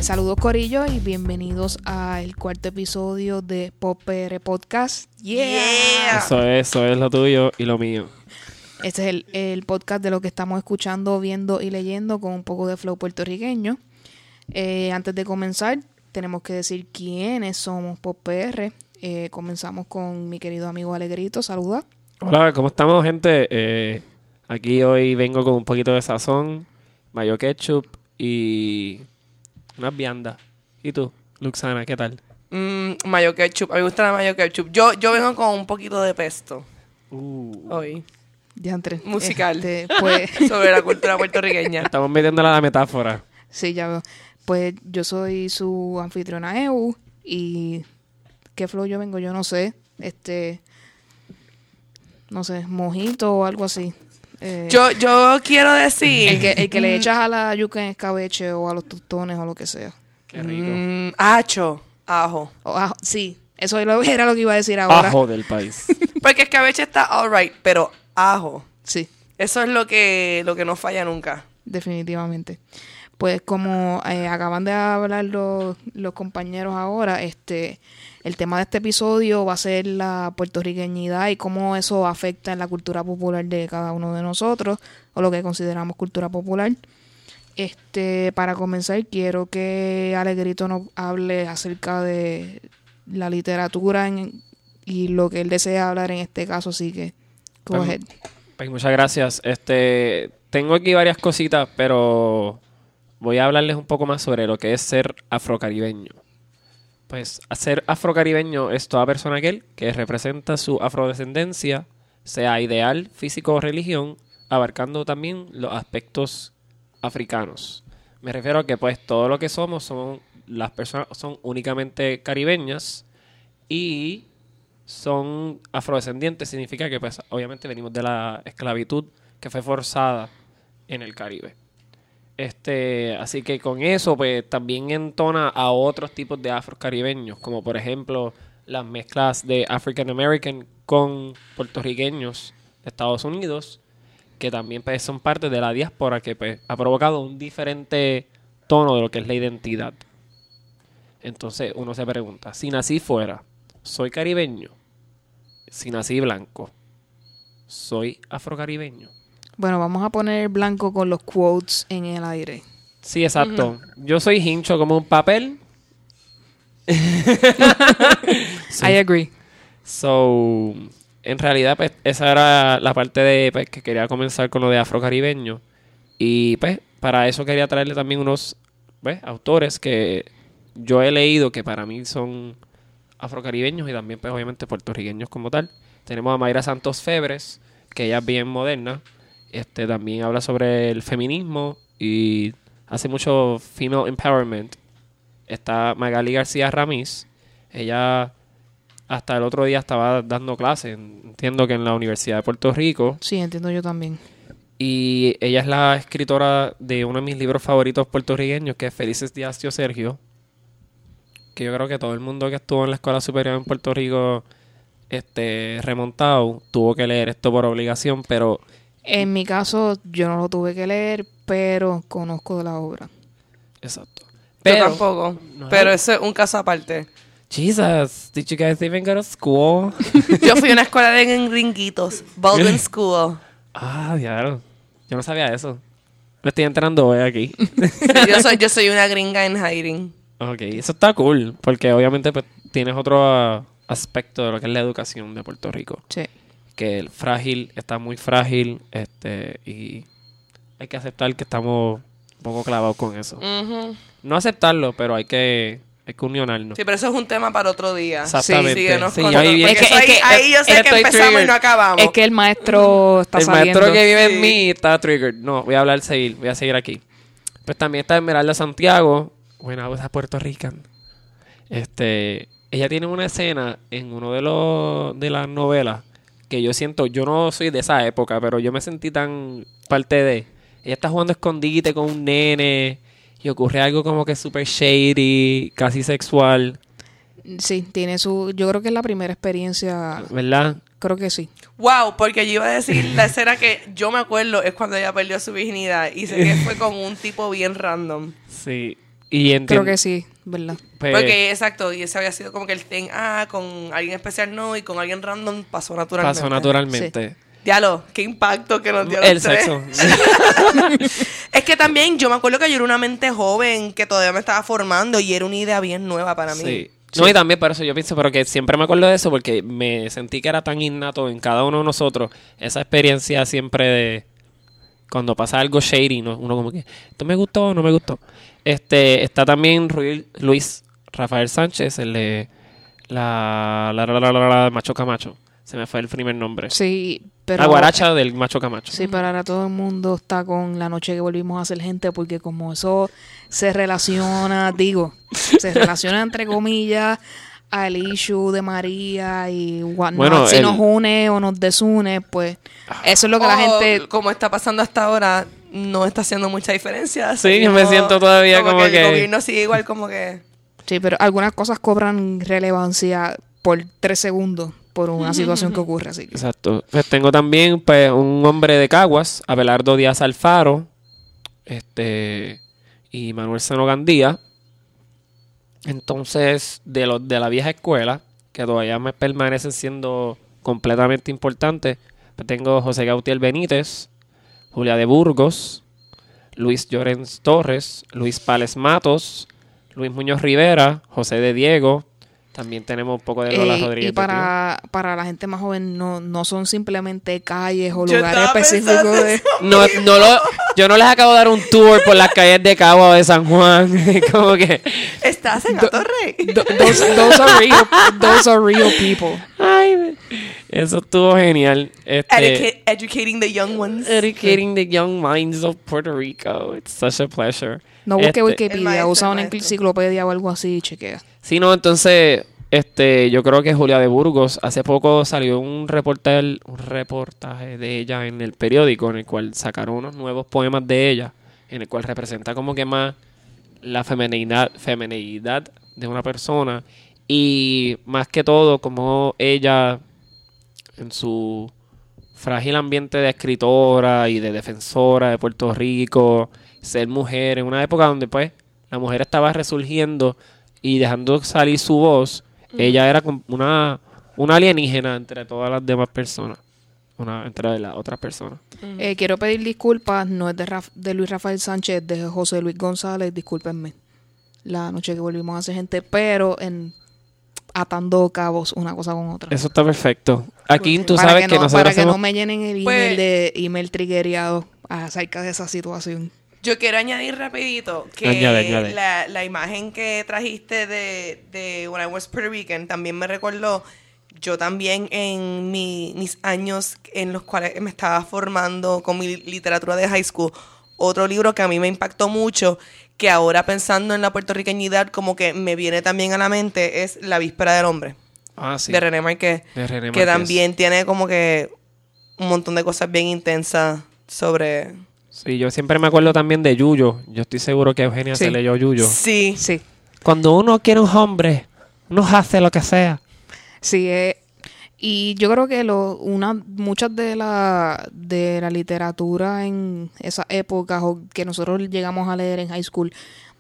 Saludos Corillo y bienvenidos al cuarto episodio de PopR Podcast. Yeah. Eso es lo tuyo y lo mío. Este es el podcast de lo que estamos escuchando, viendo y leyendo con un poco de flow puertorriqueño. Antes de comenzar, tenemos que decir quiénes somos PopR. Comenzamos con mi querido amigo Alegrito. Saluda. Hola, ¿cómo estamos, gente? Aquí hoy vengo con un poquito de sazón, mayo ketchup y unas viandas. ¿Y tú, Luxana, qué tal? Mayo ketchup. A mí me gusta la mayo ketchup. Yo vengo con un poquito de pesto hoy. Diantre. Musical. Pues, Sobre la cultura puertorriqueña. Estamos metiéndola a la metáfora. sí, ya veo. Pues yo soy su anfitriona EU y ¿qué flow yo vengo? Yo no sé. No sé, mojito o algo así. Yo quiero decir... El que le echas a la yuca en escabeche o a los tostones o lo que sea. Qué rico. Ajo. O ajo, sí, eso era lo que iba a decir ahora. Ajo del país. Porque escabeche está alright, pero ajo. Sí, Eso es lo que no falla nunca. definitivamente. Pues como acaban de hablar los compañeros ahora, el tema de este episodio va a ser la puertorriqueñidad y cómo eso afecta en la cultura popular de cada uno de nosotros, o lo que consideramos cultura popular. Para comenzar, quiero que Alegrito nos hable acerca de la literatura y lo que él desea hablar en este caso, así que go ahead. Pues muchas gracias. Tengo aquí varias cositas, pero voy a hablarles un poco más sobre lo que es ser afrocaribeño. Pues ser afrocaribeño es toda persona aquel que representa su afrodescendencia, sea ideal, físico o religión, abarcando también los aspectos africanos. Me refiero a que pues todo lo que somos, las personas son únicamente caribeñas y son afrodescendientes. Significa que pues obviamente venimos de la esclavitud que fue forzada en el Caribe. Así que con eso pues también entona a otros tipos de afrocaribeños, como por ejemplo las mezclas de African American con puertorriqueños de Estados Unidos, que también pues son parte de la diáspora que pues ha provocado un diferente tono de lo que es la identidad. Entonces uno se pregunta, si nací fuera, ¿soy caribeño? Si nací blanco, ¿soy afrocaribeño? Bueno, vamos a poner blanco con los quotes en el aire. Sí, exacto. Yo soy hincho como un papel. Sí. I agree. So, en realidad, pues, esa era la parte de pues, que quería comenzar con lo de afrocaribeño. Y pues, para eso quería traerle también unos autores que yo he leído que para mí son afrocaribeños y también, pues, obviamente, puertorriqueños como tal. Tenemos a Mayra Santos Febres, que ella es bien moderna. También habla sobre el feminismo y hace mucho female empowerment. Está Magali García Ramírez. Ella hasta el otro día estaba dando clases, entiendo que en la Universidad de Puerto Rico. Sí, entiendo yo también. Y ella es la escritora de uno de mis libros favoritos puertorriqueños, que es Felices Días Tío Sergio. Que yo creo que todo el mundo que estuvo en la escuela superior en Puerto Rico remontado tuvo que leer esto por obligación, pero... En mi caso, yo no lo tuve que leer, pero conozco de la obra. Exacto. Yo tampoco. No. Pero eso es un caso aparte. Jesus, did you guys even go to school? Yo fui a una escuela de gringuitos. Baldwin School. Ah, diablo. Yo no sabía eso. Me estoy enterando hoy aquí. Yo soy una gringa en hiding. Ok, eso está cool, porque obviamente pues, tienes otro aspecto de lo que es la educación de Puerto Rico. Sí. Que el frágil está muy frágil, y hay que aceptar que estamos un poco clavados con eso. Ujú. No aceptarlo, pero hay que unionarnos. Sí, pero eso es un tema para otro día. Exactamente. Sí, síguenos Sí, con ahí otro. viene- Porque Es que- ahí yo sé que estoy empezamos triggered. y no acabamos. Es que el maestro está El saliendo. maestro que vive Sí. en mí está triggered. No, voy a seguir aquí. Pues también está Esmeralda Santiago. Buena voz a Puerto Rican. Ella tiene una escena en uno de las novelas que yo siento, yo no soy de esa época, pero yo me sentí tan parte de. Ella está jugando escondite con un nene y ocurre algo como que súper shady, casi sexual, Sí, tiene yo creo que es la primera experiencia, ¿verdad? creo que sí. Wow, porque yo iba a decir, la escena que yo me acuerdo es cuando ella perdió su virginidad y sé que fue con un tipo bien random. Sí. Y Creo que sí, ¿verdad? pues, Porque, exacto, y ese había sido como que el thing, con alguien especial no, y con alguien random pasó naturalmente. pasó naturalmente. Diablo, qué impacto que nos dio El los tres. sexo. Es que también yo me acuerdo que yo era una mente joven que todavía me estaba formando y era una idea bien nueva para mí. Sí. No, y también por eso yo pienso, pero que siempre me acuerdo de eso porque me sentí que era tan innato en cada uno de nosotros esa experiencia siempre de cuando pasa algo shady, ¿no? Uno como que, ¿esto me gustó o no me gustó? Está también Luis Rafael Sánchez, el de la Macho Camacho. Se me fue el primer nombre. Sí, pero... La guaracha del Macho Camacho. Sí, pero ahora todo el mundo está con la noche que volvimos a ser gente porque como eso se relaciona, se relaciona entre comillas al issue de María y whatnot. Bueno, si nos une o nos desune, pues eso es lo que la gente... Como está pasando hasta ahora, no está haciendo mucha diferencia. Sí, yo me siento todavía como que... el gobierno sigue igual como que... Sí, pero algunas cosas cobran relevancia por 3 segundos por una situación que ocurre, así que... Exacto. Pues tengo también pues un hombre de Caguas, Abelardo Díaz Alfaro, y Manuel Seno Gandía. Entonces, de los de la vieja escuela, que todavía me permanecen siendo completamente importantes, pues tengo José Gautier Benítez, Julia de Burgos, Luis Llorens Torres, Luis Pales Matos, Luis Muñoz Rivera, José de Diego. También tenemos un poco de Lola Rodríguez. Y para la gente más joven no son simplemente calles o Yo lugares estaba pensando específicos de... eso. Yo no les acabo de dar un tour por las calles de Cagua o de San Juan. Como que... ¿Estás en Atorrey? Those are real people. Ay, eso estuvo genial. Educating the young ones. Educating the young minds of Puerto Rico. It's such a pleasure. No busque El Wikipedia, maestro, usa el una maestro. enciclopedia o algo así y chequea. Sí, no, entonces, yo creo que Julia de Burgos, hace poco salió un reportaje de ella en el periódico, en el cual sacaron unos nuevos poemas de ella, en el cual representa como que más la feminidad de una persona y más que todo como ella en su frágil ambiente de escritora y de defensora de Puerto Rico, ser mujer en una época donde pues la mujer estaba resurgiendo y dejando salir su voz, ella era como una alienígena entre todas las demás personas, entre las otras personas. Quiero pedir disculpas, no es de Luis Rafael Sánchez, es de José Luis González, discúlpenme. La noche que volvimos a ser gente, pero atando cabos una cosa con otra. Eso está perfecto. Aquí tú Para sabes que no, nosotros para que hacemos... no me llenen el email Pues- de email triggeriado acerca de esa situación. Yo quiero añadir rapidito que Añade. La imagen que trajiste de When I Was Puerto Rican también me recordó, yo también en mis años en los cuales me estaba formando con mi literatura de high school, otro libro que a mí me impactó mucho, que ahora pensando en la puertorriqueñidad como que me viene también a la mente, es La Víspera del Hombre, Ah, sí. de René Marqués, De René que Márquez. también tiene como que un montón de cosas bien intensas sobre... Sí, yo siempre me acuerdo también de Yuyo. Yo estoy seguro que Eugenia Sí. se leyó Yuyo. Sí. Sí, Cuando uno quiere un hombre, uno hace lo que sea. sí. Y yo creo que muchas de la literatura en esas épocas o que nosotros llegamos a leer en high school,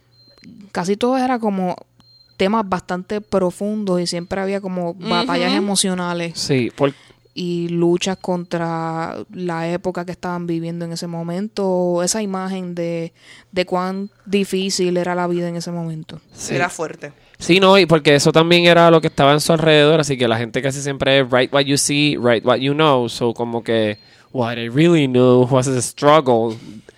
casi todo era como temas bastante profundos y siempre había como batallas emocionales Sí, y luchas contra la época que estaban viviendo en ese momento, esa imagen de cuán difícil era la vida en ese momento. sí. Era fuerte. Sí, no, y porque eso también era lo que estaba en su alrededor, así que la gente casi siempre es write what you see, write what you know, so como que what I really knew was a struggle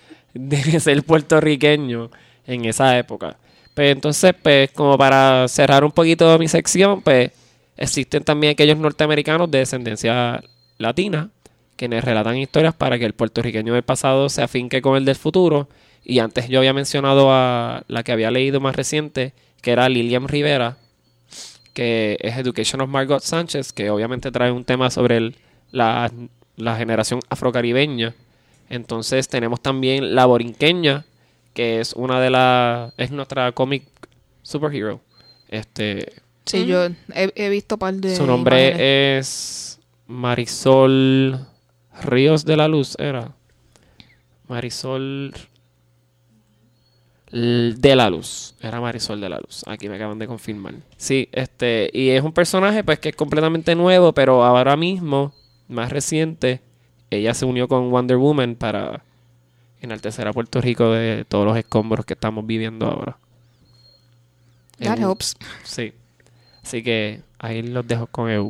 de ser puertorriqueño en esa época. Pues entonces, pues como para cerrar un poquito mi sección, pues existen también aquellos norteamericanos de descendencia latina quienes relatan historias para que el puertorriqueño del pasado se afinque con el del futuro. Y antes yo había mencionado a la que había leído más reciente, que era Lilian Rivera, que es Education of Margot Sánchez, que obviamente trae un tema sobre la generación afrocaribeña. Entonces tenemos también La Borinqueña, que es es nuestra comic superhero. Sí, yo he visto par de Su nombre imágenes. es Marisol Ríos de la Luz, era. Marisol... de la Luz. Era Marisol de la Luz. Aquí me acaban de confirmar. Sí, y es un personaje pues que es completamente nuevo, pero ahora mismo, más reciente, ella se unió con Wonder Woman para enaltecer a Puerto Rico de todos los escombros que estamos viviendo ahora. That helps. Sí. Así que ahí los dejo con EU.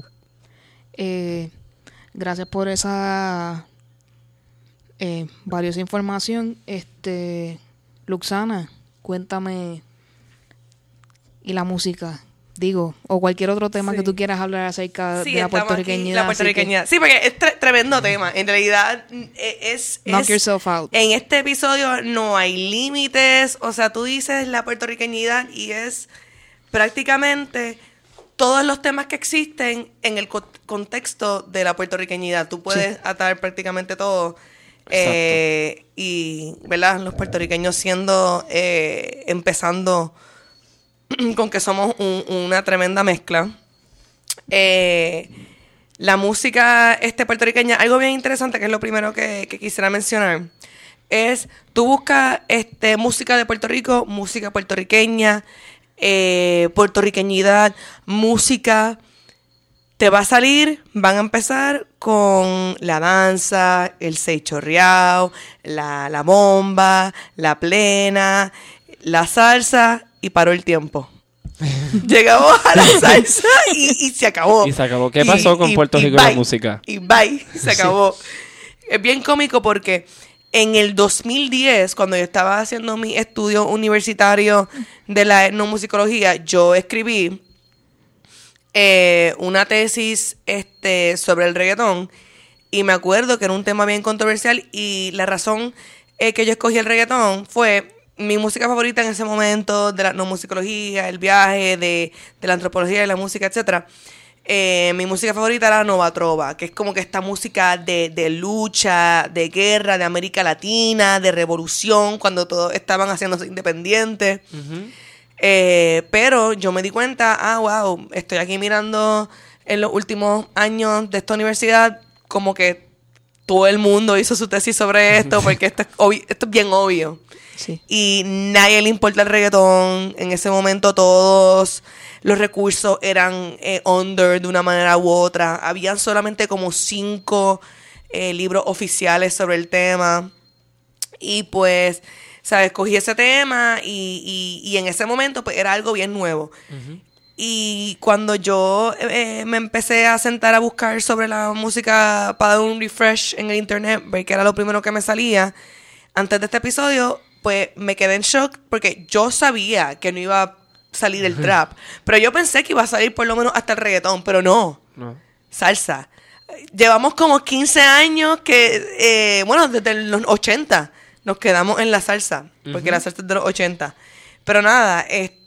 Gracias por esa valiosa información. Luxana, cuéntame. Y la música, digo, o cualquier otro tema que tú quieras hablar acerca de la puertorriqueñidad. La puertorriqueñidad. Sí, porque es tremendo tema. En realidad, knock yourself out. En este episodio no hay límites. O sea, tú dices la puertorriqueñidad y es prácticamente todos los temas que existen en el contexto de la puertorriqueñidad. Tú puedes atar prácticamente todo. Y, ¿verdad? Los puertorriqueños empezando con que somos una tremenda mezcla. La música puertorriqueña, algo bien interesante, que es lo primero que quisiera mencionar, es, tú buscas música de Puerto Rico, música puertorriqueña, puertorriqueñidad, música, te va a salir, van a empezar con la danza, el seis chorreado, la bomba, la plena, la salsa, y paró el tiempo. Llegamos a la salsa y se acabó. Y se acabó. ¿Qué pasó con Puerto Rico y la música? Y bye, se acabó. Es bien cómico porque en el 2010, cuando yo estaba haciendo mi estudio universitario de la etnomusicología, yo escribí una tesis sobre el reggaetón, y me acuerdo que era un tema bien controversial, y la razón que yo escogí el reggaetón fue mi música favorita en ese momento, de la etnomusicología, el viaje, de la antropología de la música, etcétera. Mi música favorita era Nova Trova, que es como que esta música de lucha, de guerra, de América Latina, de revolución, cuando todos estaban haciéndose independientes. Uh-huh. Pero yo me di cuenta, wow, estoy aquí mirando en los últimos años de esta universidad, como que todo el mundo hizo su tesis sobre esto, porque esto es bien obvio. Sí. Y nadie le importa el reggaetón. En ese momento todos los recursos eran under de una manera u otra. Habían solamente como 5 libros oficiales sobre el tema. Y pues, ¿sabes? Cogí ese tema y en ese momento pues era algo bien nuevo. Uh-huh. Y cuando yo me empecé a sentar a buscar sobre la música para dar un refresh en el internet, ver que era lo primero que me salía, antes de este episodio, pues me quedé en shock porque yo sabía que no iba a salir el trap, pero yo pensé que iba a salir por lo menos hasta el reggaetón, pero no. Salsa. Llevamos como 15 años que, desde los 80 nos quedamos en la salsa, porque la salsa es de los 80. Pero nada,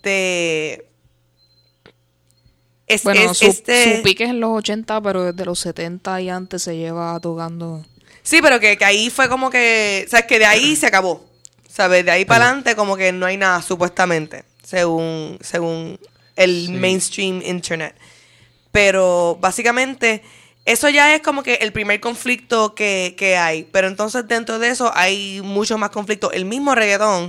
su pique es en los 80, pero desde los 70 y antes se lleva tocando. Sí, pero que ahí fue como que, ¿sabes? Que de ahí se acabó. ¿Sabes? De ahí para adelante como que no hay nada, supuestamente, según el mainstream internet. Pero básicamente eso ya es como que el primer conflicto que hay. Pero entonces dentro de eso hay muchos más conflictos. El mismo reggaetón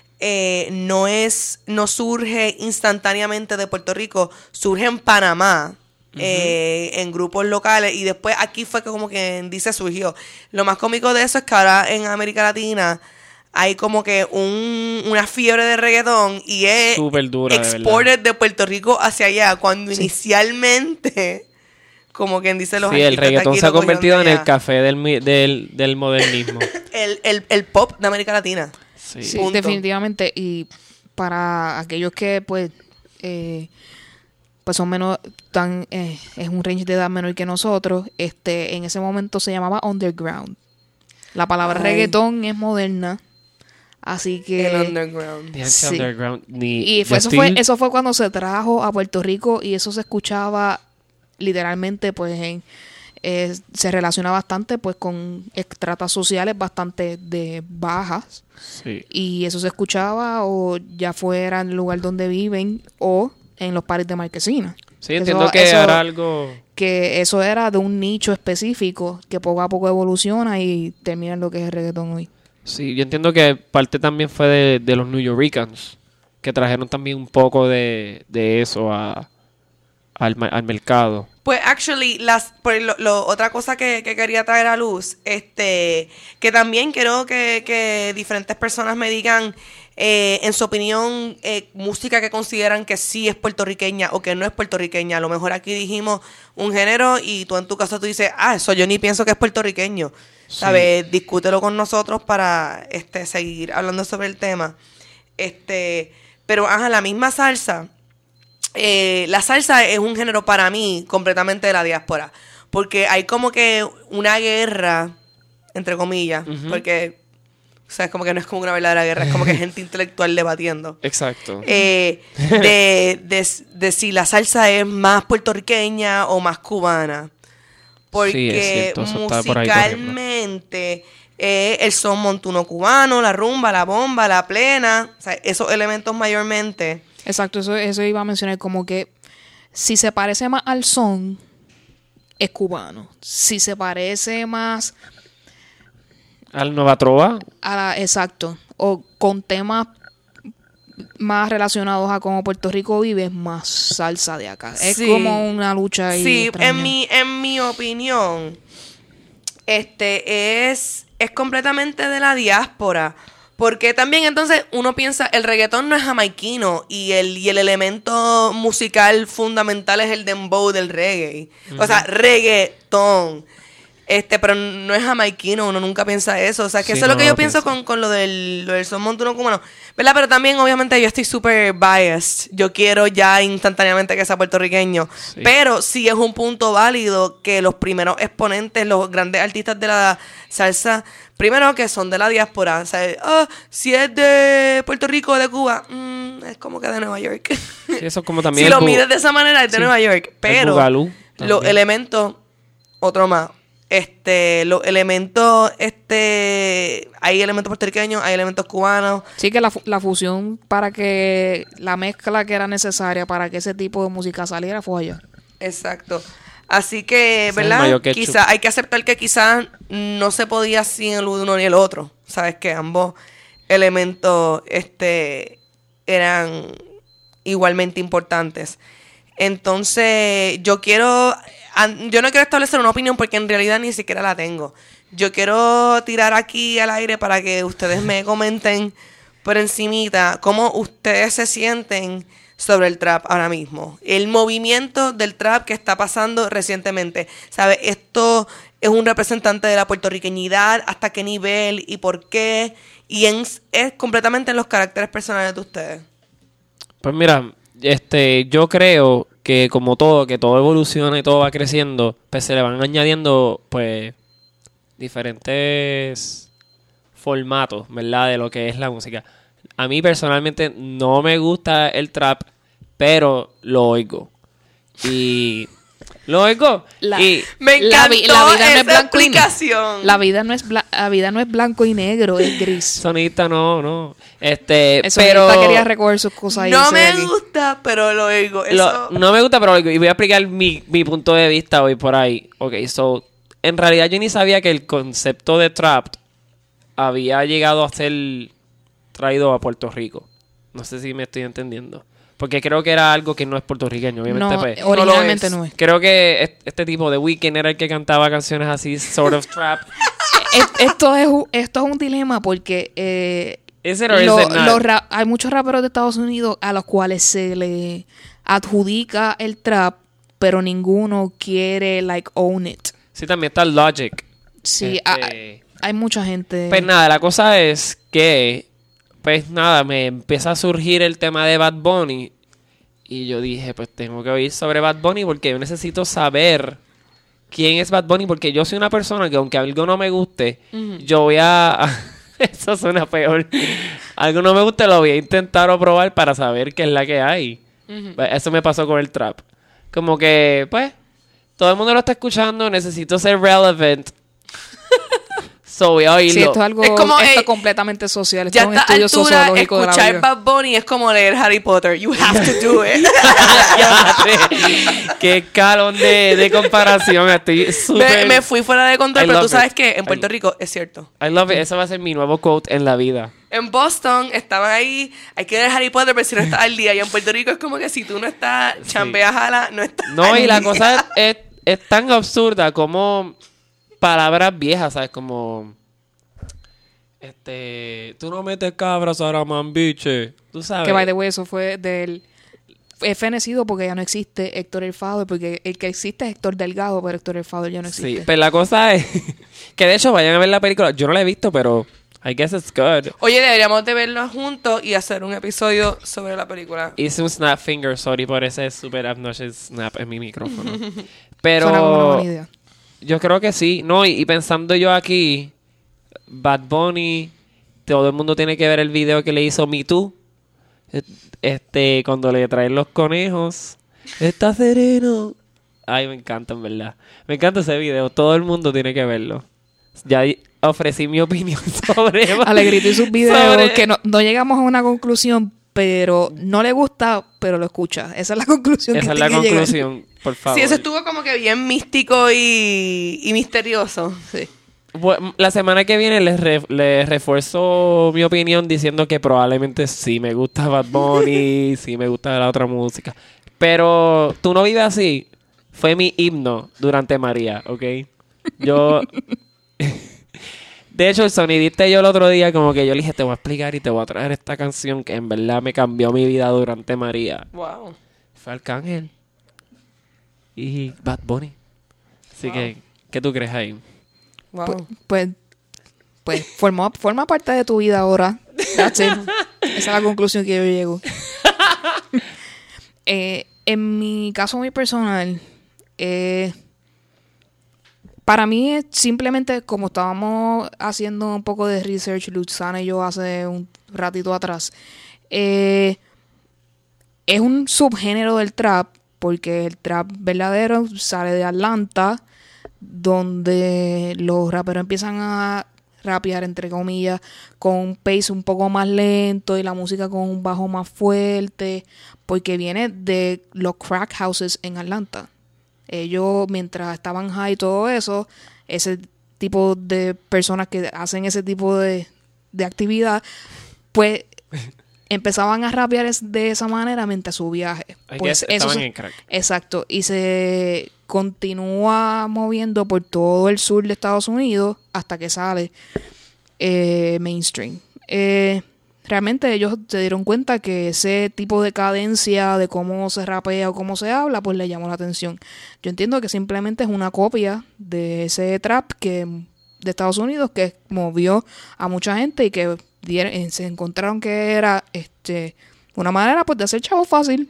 no surge instantáneamente de Puerto Rico, surge en Panamá. Uh-huh. En grupos locales, y después aquí fue que como que dice surgió. Lo más cómico de eso es que ahora en América Latina hay como que una fiebre de reggaetón, y es súper dura, exported de Puerto Rico hacia allá, cuando inicialmente, como quien dice los el reggaetón se ha convertido en el café del modernismo. el pop de América Latina. Sí, definitivamente. Y para aquellos que pues son menos es un range de edad menor que nosotros, en ese momento se llamaba underground. La palabra reggaetón es moderna, así que el underground. Sí. Underground y eso fue cuando se trajo a Puerto Rico, y eso se escuchaba literalmente pues se relaciona bastante pues con estratas sociales bastante de bajas. Sí. Y eso se escuchaba o ya fuera en el lugar donde viven o en los paris de Marquesina. Sí, entiendo que era algo... Que eso era de un nicho específico que poco a poco evoluciona y termina en lo que es el reggaetón hoy. Sí, yo entiendo que parte también fue de los New Yorkers, que trajeron también un poco de eso al mercado. Pues, actually, otra cosa que quería traer a luz, que también quiero que diferentes personas me digan, en su opinión, música que consideran que sí es puertorriqueña o que no es puertorriqueña. A lo mejor aquí dijimos un género y tú en tu caso tú dices, eso yo ni pienso que es puertorriqueño. Sí. ¿Sabes? Discútelo con nosotros para seguir hablando sobre el tema. Pero, la misma salsa. La salsa es un género para mí completamente de la diáspora, porque hay como que una guerra, entre comillas, porque, o sea, es como que no es como una verdadera guerra, es como que gente intelectual debatiendo. Exacto. De si la salsa es más puertorriqueña o más cubana, porque Sí, es cierto, eso está por ahí corriendo. musicalmente el son montuno cubano, la rumba, la bomba, la plena, o sea, esos elementos mayormente. Exacto, eso iba a mencionar, como que si se parece más al son, es cubano. Si se parece más ¿Al Nova Trova? exacto, o con temas más relacionados a cómo Puerto Rico vive, es más salsa de acá. Es Sí. como una lucha ahí. Sí, extraña. en mi opinión, es completamente de la diáspora. Porque también entonces uno piensa, el reggaetón no es jamaiquino y el elemento musical fundamental es el dembow del reggae. O sea, reggaetón. Pero no es jamaiquino, uno nunca piensa eso. O sea, que Sí, eso es lo no que lo yo pienso piensa. con lo del son montuno cubano. ¿Verdad? Pero también, obviamente, yo estoy súper biased. Yo quiero ya instantáneamente que sea puertorriqueño. Sí. Pero sí es un punto válido que los primeros exponentes, los grandes artistas de la salsa, primero que son de la diáspora. O sea, si es de Puerto Rico o de Cuba, es como que de Nueva York. Sí, eso es como también Si el lo mides de esa manera, es de sí. Nueva York. Pero bugalú los también. elementos, otro más. Los elementos, hay elementos puertorriqueños, hay elementos cubanos. Sí, que la fusión para que la mezcla que era necesaria para que ese tipo de música saliera fue allá. Exacto. Así que, Ese es el ¿verdad? mayo ketchup. Quizá hay que aceptar que quizás no se podía sin el uno ni el otro. Sabes que ambos elementos eran igualmente importantes. Entonces, yo no quiero establecer una opinión porque en realidad ni siquiera la tengo. Yo quiero tirar aquí al aire para que ustedes me comenten por encimita cómo ustedes se sienten sobre el trap ahora mismo. El movimiento del trap que está pasando recientemente. ¿Sabe? Esto es un representante de la puertorriqueñidad, hasta qué nivel y por qué. Y es completamente en los caracteres personales de ustedes. Pues mira, yo creo que como todo, que todo evoluciona y todo va creciendo, pues se le van añadiendo, pues, diferentes formatos, ¿verdad? De lo que es la música. A mí personalmente no me gusta el trap, pero lo oigo. Y lo oigo. Y Me La encantó vi- la vida no es esa blanco y negro. explicación. La vida no es blanco y negro, es gris. sonista no. Eso Pero quería recoger sus cosas y No irse de me aquí. gusta, pero lo oigo. Eso... no me gusta, pero lo oigo. Y voy a explicar mi punto de vista hoy por ahí. Ok, so, en realidad yo ni sabía que el concepto de trap había llegado a ser traído a Puerto Rico. No sé si me estoy entendiendo. Porque creo que era algo que no es puertorriqueño, obviamente. No, Pues, originalmente no lo no es. es. creo que este tipo de Weeknd era el que cantaba canciones así, sort of trap. Esto es un dilema porque Is it or is it not? hay muchos raperos de Estados Unidos a los cuales se le adjudica el trap, pero ninguno quiere own it. Sí, también está Logic. Sí, hay mucha gente. Pues nada, la cosa es que, pues nada, me empieza a surgir el tema de Bad Bunny. Y yo dije, pues tengo que oír sobre Bad Bunny porque yo necesito saber quién es Bad Bunny. Porque yo soy una persona que aunque algo no me guste, yo voy a... Eso suena peor. Algo no me guste, lo voy a intentar o probar para saber qué es la que hay. Pues, eso me pasó con el trap. Como que, pues, todo el mundo lo está escuchando, necesito ser relevant. So voy a oírlo. Sí, esto es algo Es como, esto completamente social. Esto Ya es un a esta estudio altura, sociológico de la escuchar vida. Bad Bunny es como leer Harry Potter. You have to do it. Qué escalón de comparación. Estoy súper... me fui fuera de control, I pero tú love sabes it. que en Puerto Rico es cierto. I love it. Eso va a ser mi nuevo quote en la vida. En Boston estaban ahí, hay que leer Harry Potter, pero si no estás al día. Y en Puerto Rico es como que si tú no estás, chambeas jala, no estás No, al y la día. cosa es tan absurda como palabras viejas, ¿sabes? Como... Tú no metes cabras a Ramambiche. Tú sabes. Que by the way, eso fue del... Es fenecido porque ya no existe Héctor el Father, porque el que existe es Héctor Delgado, pero Héctor el Father ya no existe. Sí, pero la cosa es que de hecho vayan a ver la película. Yo no la he visto, pero I guess it's good. Oye, deberíamos de verlo juntos y hacer un episodio sobre la película. Hice un snap finger, sorry por ese super obnoxious snap en mi micrófono. Suena como una Pero buena idea. yo creo que sí. No, y pensando yo aquí, Bad Bunny, todo el mundo tiene que ver el video que le hizo Me Too. Cuando le traen los conejos. Está sereno. Ay, me encanta, en verdad. Me encanta ese video. Todo el mundo tiene que verlo. Ya ofrecí mi opinión sobre... Alegrito y sus videos, sobre- que no llegamos a una conclusión, pero no le gusta, pero lo escucha. Esa es la conclusión Esa que es la tiene que llegar. conclusión, por favor. Sí, eso estuvo como que bien místico y misterioso. Sí. Bueno, la semana que viene les refuerzo mi opinión diciendo que probablemente sí me gusta Bad Bunny, sí me gusta la otra música. Pero Tú no vives así fue mi himno durante María, ¿ok? Yo... De hecho, el sonidista y yo el otro día como que yo le dije, te voy a explicar y te voy a traer esta canción que en verdad me cambió mi vida durante María. Wow. Fue Arcángel y Bad Bunny. Así Wow. que, ¿qué tú crees ahí? Wow. Pues forma parte de tu vida ahora. That's it. Esa es la conclusión que yo llego. En mi caso muy personal, para mí es simplemente como estábamos haciendo un poco de research, Luxana y yo hace un ratito atrás, es un subgénero del trap, porque el trap verdadero sale de Atlanta, donde los raperos empiezan a rapear, entre comillas, con un pace un poco más lento y la música con un bajo más fuerte, porque viene de los crack houses en Atlanta. Ellos, mientras estaban high y todo eso, ese tipo de personas que hacen ese tipo de actividad, pues empezaban a rapear de esa manera mientras su viaje. I Pues guess eso estaban en crack. Exacto, y se continúa moviendo por todo el sur de Estados Unidos hasta que sale mainstream. Realmente ellos se dieron cuenta que ese tipo de cadencia de cómo se rapea o cómo se habla, pues le llamó la atención. Yo entiendo que simplemente es una copia de ese trap de Estados Unidos que movió a mucha gente y que se encontraron que era una manera pues de hacer chavo fácil.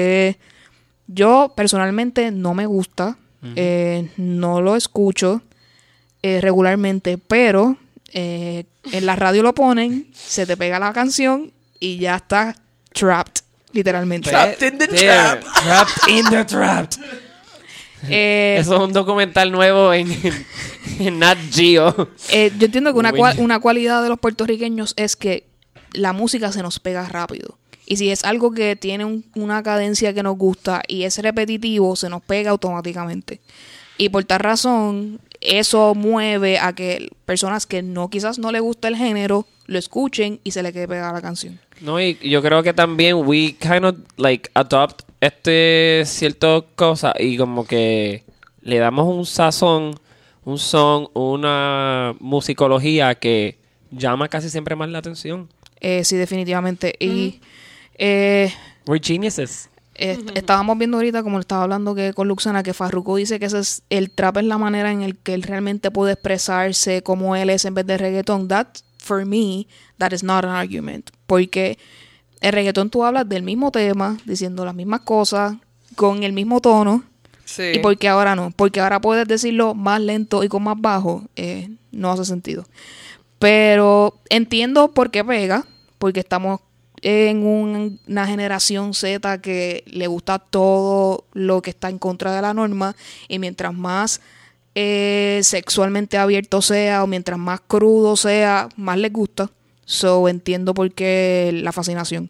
Yo personalmente no me gusta, no lo escucho regularmente, pero en la radio lo ponen, se te pega la canción y ya está trapped, literalmente. Trapped in the There, trap. Trapped in the trap. Eso es un documental nuevo en Nat Geo. Yo entiendo que Uy. una cualidad de los puertorriqueños es que la música se nos pega rápido. Y si es algo que tiene una cadencia que nos gusta y es repetitivo, se nos pega automáticamente. Y por tal razón, eso mueve a que personas que quizás no les gusta el género, lo escuchen y se le quede pegada la canción. No, y yo creo que también we kind of like adopt ciertas cosas y como que le damos un sazón, un son, una musicología que llama casi siempre más la atención. Sí, definitivamente. Y We're geniuses. estábamos viendo ahorita, como estaba hablando que con Luxana, que Farruko dice que el trap es la manera en el que él realmente puede expresarse como él es en vez de reggaetón. For me, that is not an argument. Porque el reggaetón tú hablas del mismo tema, diciendo las mismas cosas, con el mismo tono. Sí. ¿Y por qué ahora no? Porque ahora puedes decirlo más lento y con más bajo. No hace sentido. Pero entiendo por qué pega, porque estamos en una generación Z que le gusta todo lo que está en contra de la norma, y mientras más sexualmente abierto sea o mientras más crudo sea, más les gusta. So entiendo por qué la fascinación.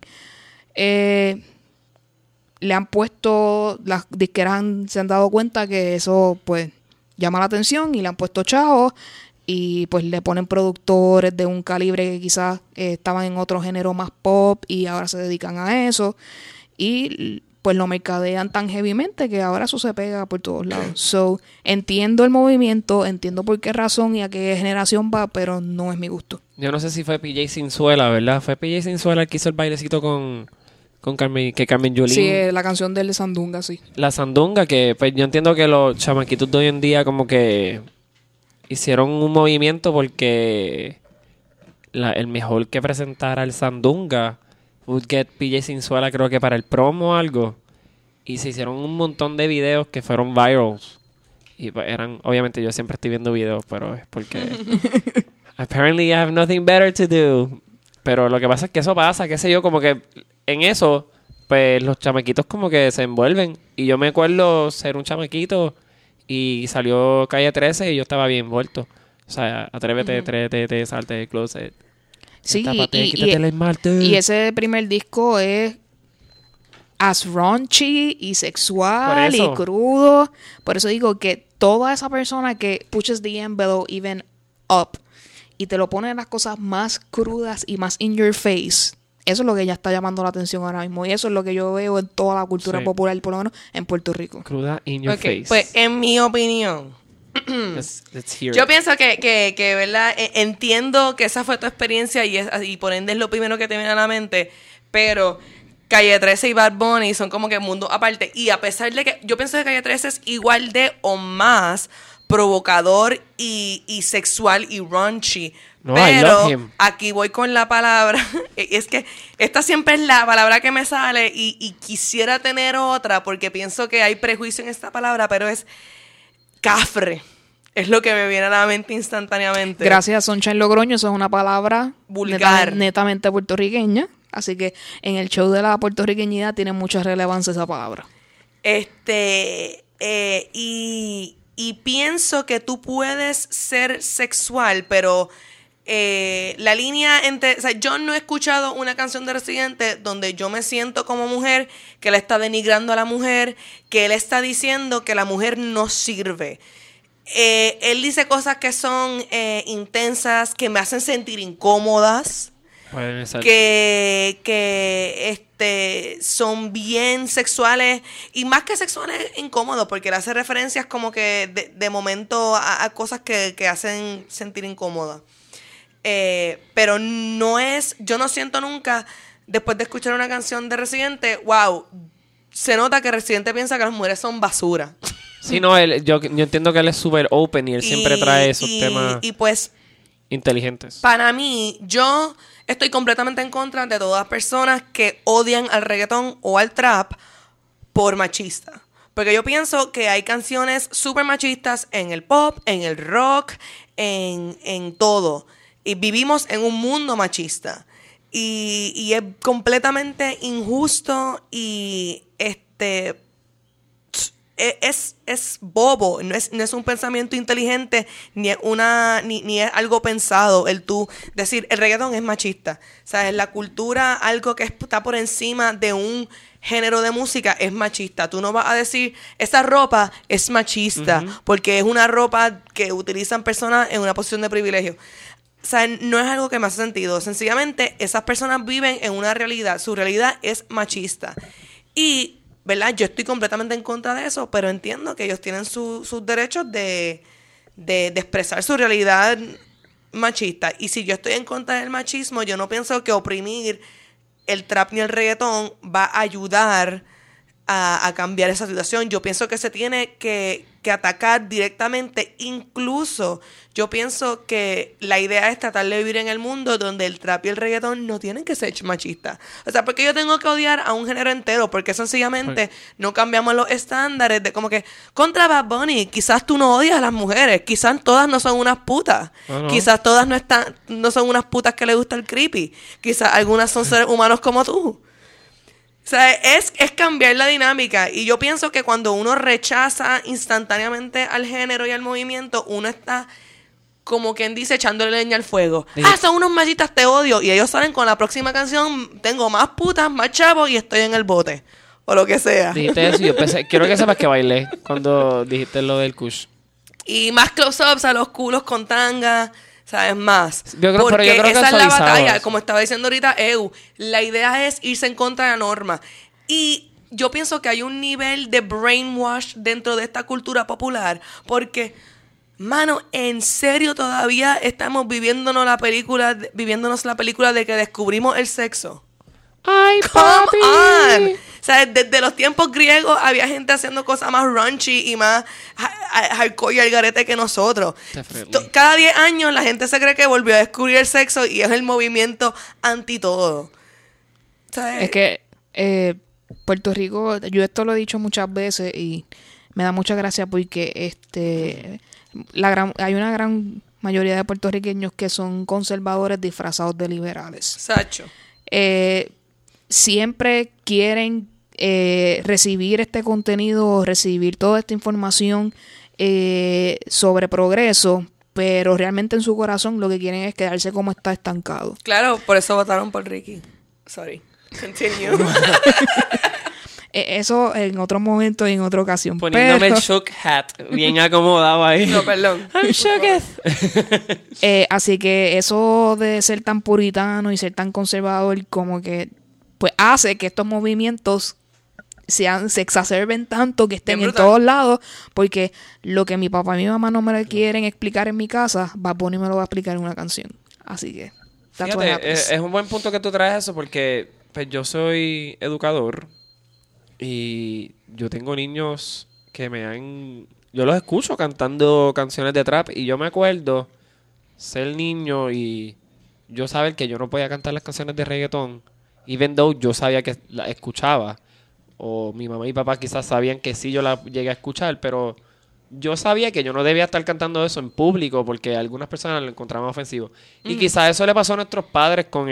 Le han puesto, las disqueras se han dado cuenta que eso pues llama la atención y le han puesto chavos y pues le ponen productores de un calibre que quizás estaban en otro género más pop y ahora se dedican a eso y pues lo mercadean tan heavymente que ahora eso se pega por todos lados. So, entiendo el movimiento, entiendo por qué razón y a qué generación va, pero no es mi gusto. Yo no sé si fue PJ Sinzuela, ¿verdad? Fue PJ Sinzuela el que hizo el bailecito con Carmen Yulín. Sí, la canción de Sandunga, sí. La Sandunga, que pues yo entiendo que los chamaquitos de hoy en día como que hicieron un movimiento porque el mejor que presentara el Sandunga would get PJ Sinzuela, creo que para el promo o algo. Y se hicieron un montón de videos que fueron virals. Y pues eran, obviamente yo siempre estoy viendo videos, pero es porque apparently I have nothing better to do. Pero lo que pasa es que eso pasa, qué sé yo, como que en eso, pues los chamaquitos como que se envuelven. Y yo me acuerdo ser un chamaquito y salió Calle 13 y yo estaba bien envuelto. O sea, atrévete, trévete, salte del closet. Sí, quítate el esmalte. y ese primer disco es as raunchy y sexual y crudo. Por eso digo que toda esa persona que pushes the envelope even up y te lo pone en las cosas más crudas y más in your face, eso es lo que ya está llamando la atención ahora mismo. Y eso es lo que yo veo en toda la cultura popular, por lo menos en Puerto Rico. Cruda in your face. Pues en mi opinión, let's hear yo it. pienso que ¿verdad? Entiendo que esa fue tu experiencia y por ende es lo primero que te viene a la mente, pero Calle 13 y Bad Bunny son como que mundos aparte. Y a pesar de que yo pienso que Calle 13 es igual de o más provocador y sexual y raunchy. No, I love pero him. aquí voy con la palabra. Es que esta siempre es la palabra que me sale y quisiera tener otra porque pienso que hay prejuicio en esta palabra, pero es cafre. Es lo que me viene a la mente instantáneamente. Gracias, Sunshine Logroño. Eso es una palabra vulgar, netamente puertorriqueña. Así que en el show de la puertorriqueñidad tiene mucha relevancia esa palabra. Y pienso que tú puedes ser sexual, pero la línea entre... O sea, yo no he escuchado una canción de Residente donde yo me siento como mujer, que él está denigrando a la mujer, que él está diciendo que la mujer no sirve. Él dice cosas que son intensas, que me hacen sentir incómodas, que son bien sexuales y más que sexuales incómodos porque le hace referencias como que de momento a cosas que hacen sentir incómoda, pero no es, yo no siento nunca después de escuchar una canción de Residente, wow, se nota que Residente piensa que las mujeres son basura. Sí, no, yo entiendo que él es súper open y él siempre trae esos temas y pues inteligentes. Para mí, yo estoy completamente en contra de todas las personas que odian al reggaetón o al trap por machista. Porque yo pienso que hay canciones súper machistas en el pop, en el rock, en todo. Y vivimos en un mundo machista. Y es completamente injusto y es bobo, no es un pensamiento inteligente, ni es algo pensado el tú decir el reggaetón es machista. O sea, en la cultura algo que está por encima de un género de música es machista. Tú no vas a decir esa ropa es machista porque es una ropa que utilizan personas en una posición de privilegio. O sea, no es algo que me hace sentido. Sencillamente, esas personas viven en una realidad. Su realidad es machista. Y ¿verdad? Yo estoy completamente en contra de eso, pero entiendo que ellos tienen sus derechos de expresar su realidad machista. Y si yo estoy en contra del machismo, yo no pienso que oprimir el trap ni el reggaetón va a ayudar a cambiar esa situación. Yo pienso que se tiene que atacar directamente. Incluso yo pienso que la idea es tratar de vivir en el mundo donde el trap y el reggaetón no tienen que ser machistas. O sea, porque yo tengo que odiar a un género entero, porque sencillamente no cambiamos los estándares de como que contra Bad Bunny, quizás tú no odias a las mujeres, quizás todas no son unas putas, quizás todas no son unas putas que le gusta el creepy, quizás algunas son seres humanos como tú. O sea, es cambiar la dinámica. Y yo pienso que cuando uno rechaza instantáneamente al género y al movimiento, uno está, como quien dice, echándole leña al fuego. Sí. Son unos malditas, te odio. Y ellos salen con la próxima canción, tengo más putas, más chavos y estoy en el bote. O lo que sea. Dijiste eso y yo pensé, quiero que sepas que bailé cuando dijiste lo del Kush. Y más close-ups a los culos con tanga, ¿sabes? Más. Pero yo creo que esa es la suavizado batalla. eso. Como estaba diciendo ahorita la idea es irse en contra de la norma. Y yo pienso que hay un nivel de brainwash dentro de esta cultura popular. Porque, mano, en serio todavía estamos viviéndonos la película de que descubrimos el sexo. ¡Ay, Come papi! on. O sea, desde los tiempos griegos había gente haciendo cosas más raunchy y más hardcore y al garete que nosotros. Cada 10 años la gente se cree que volvió a descubrir el sexo y es el movimiento anti todo. ¿Sabes? Es que Puerto Rico, yo esto lo he dicho muchas veces y me da mucha gracia porque hay una gran mayoría de puertorriqueños que son conservadores disfrazados de liberales. Sacho. Siempre quieren recibir este contenido, recibir toda esta información sobre progreso, pero realmente en su corazón lo que quieren es quedarse como está estancado. Claro, por eso votaron por Ricky. Sorry. Continue. Eso en otro momento y en otra ocasión. Poniéndome pero, el shook hat bien acomodado ahí. No, perdón. I'm shooketh. así que eso de ser tan puritano y ser tan conservador como que pues hace que estos movimientos se exacerben tanto, que estén Bien en brutal. todos lados, porque lo que mi papá y mi mamá no me lo quieren explicar en mi casa, Bad Bunny me lo va a explicar en una canción. Así que that's what Fíjate, happens. es un buen punto que tú traes eso porque pues, yo soy educador y yo tengo niños que yo los escucho cantando canciones de trap y yo me acuerdo ser niño y yo saber que yo no podía cantar las canciones de reggaetón, even though yo sabía que las escuchaba. O mi mamá y papá quizás sabían que sí yo la llegué a escuchar, pero yo sabía que yo no debía estar cantando eso en público porque algunas personas lo encontraban ofensivo. Y quizás eso le pasó a nuestros padres con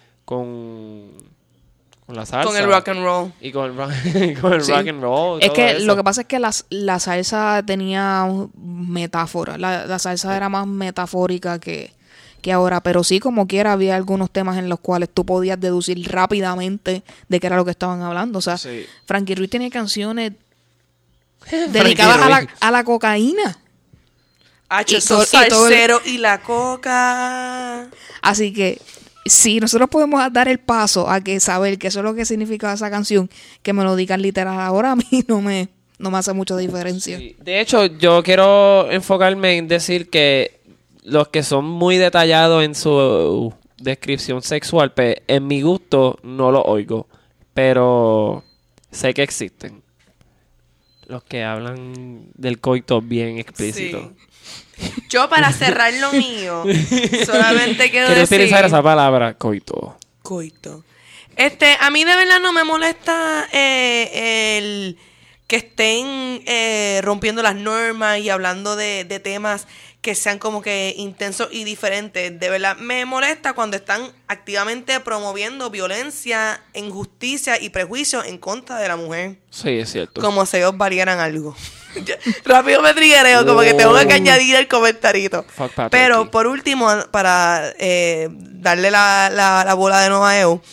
la salsa. Con el rock and roll. Y con el rock, Sí. rock and roll. Es todo que eso. lo que pasa es que la salsa tenía metáfora. La salsa era más metafórica que ahora. Pero sí, como quiera, había algunos temas en los cuales tú podías deducir rápidamente de qué era lo que estaban hablando. O sea, Sí. Frankie Ruiz tiene canciones dedicadas a la cocaína. Hacho, Y esos todo- y todo el- salseros y la coca. Así que si nosotros podemos dar el paso a que saber que eso es lo que significaba esa canción, que me lo digan literal ahora, a mí no me hace mucha diferencia. Sí. De hecho, yo quiero enfocarme en decir que los que son muy detallados en su descripción sexual, pues, en mi gusto no lo oigo, pero sé que existen. Los que hablan del coito bien explícito. Sí. Yo, para cerrar lo mío, solamente quiero Quiero decir... utilizar esa palabra, coito. Coito. A mí de verdad no me molesta el que estén rompiendo las normas y hablando de temas que sean como que intensos y diferentes. De verdad, me molesta cuando están activamente promoviendo violencia, injusticia y prejuicio en contra de la mujer. Sí, es cierto. Como si ellos valieran algo. Rápido me triguereo, como que tengo que añadir el comentarito. Fuck patriarchy. Pero por último, para darle la bola de nuevo a EU,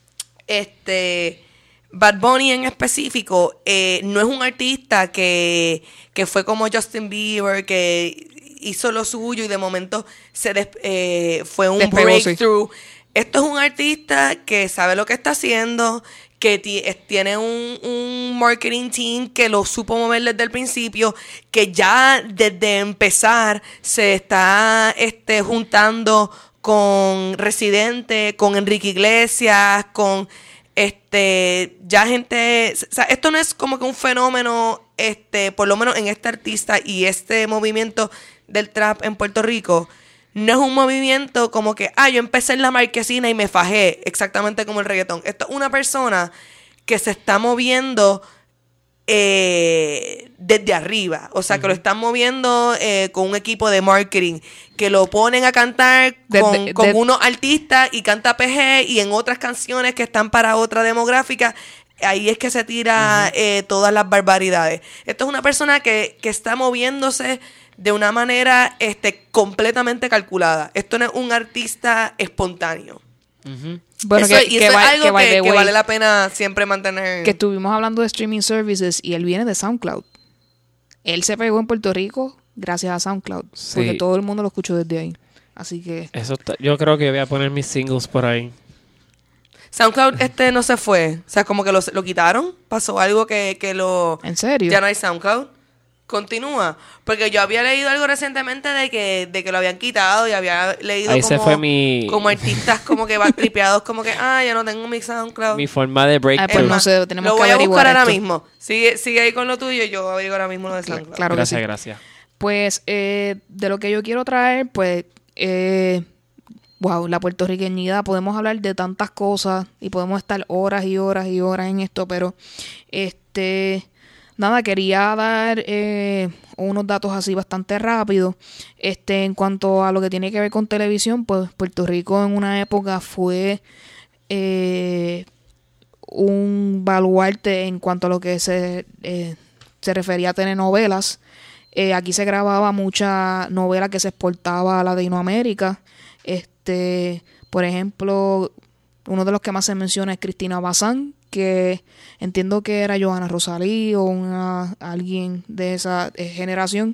Bad Bunny en específico no es un artista que fue como Justin Bieber, que hizo lo suyo y de momento fue un Despegó, sí. breakthrough. Esto es un artista que sabe lo que está haciendo, que tiene un marketing team que lo supo mover desde el principio, que ya desde empezar se está juntando con Residente, con Enrique Iglesias, con ya gente, o sea, esto no es como que un fenómeno, por lo menos en este artista y este movimiento del trap en Puerto Rico, no es un movimiento como que, yo empecé en la marquesina y me fajé, exactamente como el reggaetón. Esto es una persona que se está moviendo desde arriba, o sea, que lo están moviendo con un equipo de marketing, que lo ponen a cantar con unos artistas y canta PG y en otras canciones que están para otra demográfica. ahí es que se tira todas las barbaridades. Esto es una persona que está moviéndose de una manera completamente calculada. Esto no es un artista espontáneo. Bueno, eso es algo que way, vale la pena siempre mantener. Que estuvimos hablando de streaming services y él viene de SoundCloud. Él se pegó en Puerto Rico gracias a SoundCloud. Sí. Porque todo el mundo lo escuchó desde ahí. Así que... Yo creo que voy a poner mis singles por ahí. SoundCloud no se fue. O sea, como que lo quitaron. Pasó algo que lo... ¿En serio? Ya no hay SoundCloud. Continúa. Porque yo había leído algo recientemente de que lo habían quitado y había leído Ahí como, se fue como artistas como que van tripeados como que, ya no tengo mi SoundCloud. Mi forma de breakthrough. Pues no sé, tenemos lo que voy a buscar ahora esto. mismo. Sigue ahí con lo tuyo, yo averiguo ahora mismo lo de SoundCloud. Claro Gracias, que sí. gracias. Pues de lo que yo quiero traer, pues... wow, la puertorriqueñidad. Podemos hablar de tantas cosas y podemos estar horas y horas y horas en esto, pero nada, quería dar unos datos así bastante rápidos. En cuanto a lo que tiene que ver con televisión, pues Puerto Rico en una época fue un baluarte en cuanto a lo que se refería a telenovelas. Aquí se grababa mucha novela que se exportaba a Latinoamérica. Por ejemplo, uno de los que más se menciona es Cristina Bazán, que entiendo que era Johanna Rosalí o alguien de esa generación.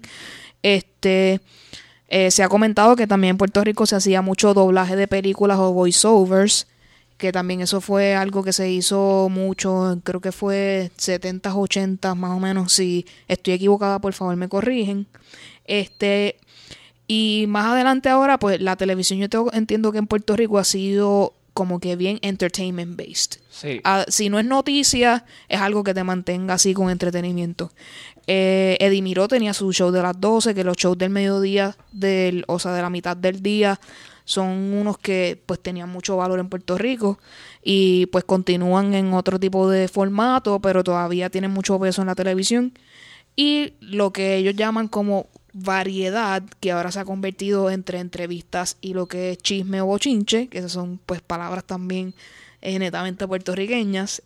Se ha comentado que también en Puerto Rico se hacía mucho doblaje de películas o voiceovers, que también eso fue algo que se hizo mucho, creo que fue 70s, 80s más o menos. Si estoy equivocada, por favor me corrigen. Y más adelante ahora, pues la televisión entiendo que en Puerto Rico ha sido como que bien entertainment based. Sí. Si no es noticia, es algo que te mantenga así con entretenimiento. Eddie Miró tenía su show de las 12, que los shows del mediodía, o sea, de la mitad del día, son unos que pues tenían mucho valor en Puerto Rico y pues continúan en otro tipo de formato, pero todavía tienen mucho peso en la televisión. Y lo que ellos llaman como variedad, que ahora se ha convertido entre entrevistas y lo que es chisme o bochinche, que esas son pues palabras también netamente puertorriqueñas.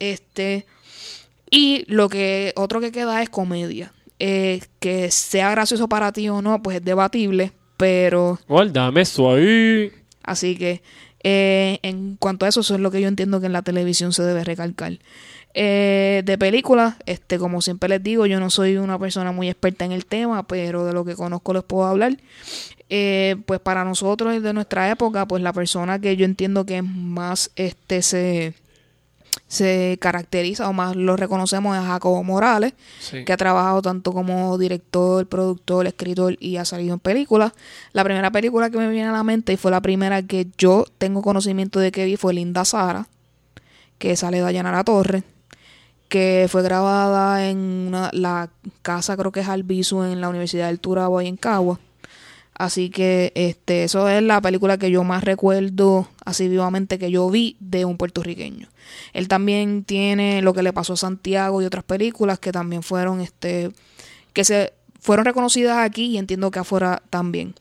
Y otro que queda es comedia. Que sea gracioso para ti o no, pues es debatible, pero... Guárdame eso ahí. Así que en cuanto a eso es lo que yo entiendo que en la televisión se debe recalcar. De películas, como siempre les digo, yo no soy una persona muy experta en el tema, pero de lo que conozco les puedo hablar. Pues para nosotros de nuestra época, pues la persona que yo entiendo que más se caracteriza o más lo reconocemos es Jacobo Morales, Sí. que ha trabajado tanto como director, productor, escritor y ha salido en películas. La primera película que me viene a la mente y fue la primera que yo tengo conocimiento de que vi fue Linda Sara, que sale Dayanara Torres, que fue grabada en la casa, creo que es Albizu, en la Universidad del Turabo, ahí en Cagua. Así que eso es la película que yo más recuerdo así vivamente que yo vi de un puertorriqueño. Él también tiene Lo que le pasó a Santiago y otras películas que también fueron que se fueron reconocidas aquí y entiendo que afuera también.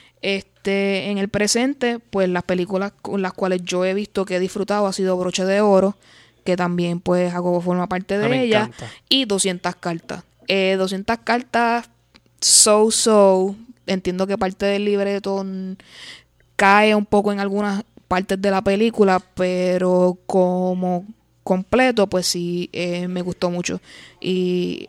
En el presente, pues las películas con las cuales yo he visto que he disfrutado ha sido Broche de Oro, que también pues Jacobo forma parte de Me ella, encanta. y 200 cartas. 200 cartas, entiendo que parte del libreto cae un poco en algunas partes de la película, pero como completo, pues sí, me gustó mucho. Y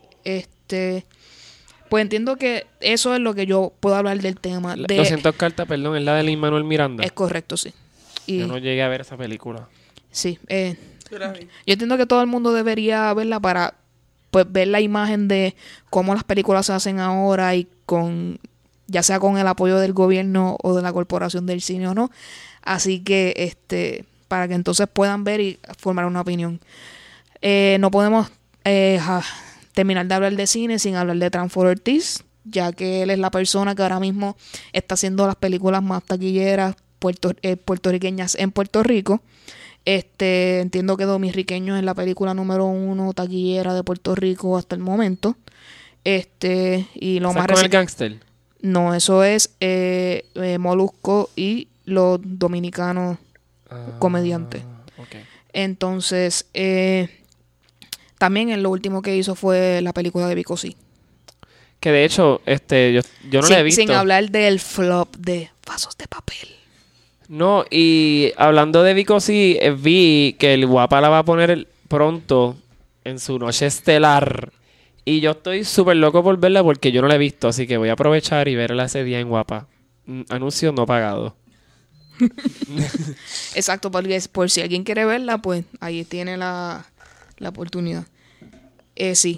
pues entiendo que eso es lo que yo puedo hablar del tema. De, 200 cartas, perdón, es la de Lin-Manuel Miranda. es correcto, sí. Y, Yo no llegué a ver esa película. sí, Yo la vi. yo entiendo que todo el mundo debería verla para pues ver la imagen de cómo las películas se hacen ahora y con ya sea con el apoyo del gobierno o de la corporación del cine o no. Así que para que entonces puedan ver y formar una opinión. No podemos terminar de hablar de cine sin hablar de Transfor Ortiz, ya que él es la persona que ahora mismo está haciendo las películas más taquilleras puertorriqueñas en Puerto Rico. Entiendo que Dominriqueños es la película número 1 taquillera de Puerto Rico hasta el momento. Y lo ¿Estás más con el gángster? No, eso es Molusco y los dominicanos comediantes. Ok. Entonces, También en lo último que hizo fue la película de Vico C. Que de hecho, yo no la he visto. Sin hablar del flop de Vasos de Papel. No, y hablando de Vico, sí, vi que el Guapa la va a poner pronto en su noche estelar. Y yo estoy súper loco por verla porque yo no la he visto, así que voy a aprovechar y verla ese día en Guapa. Anuncio no pagado. Exacto, porque por si alguien quiere verla, pues ahí tiene la oportunidad. Sí.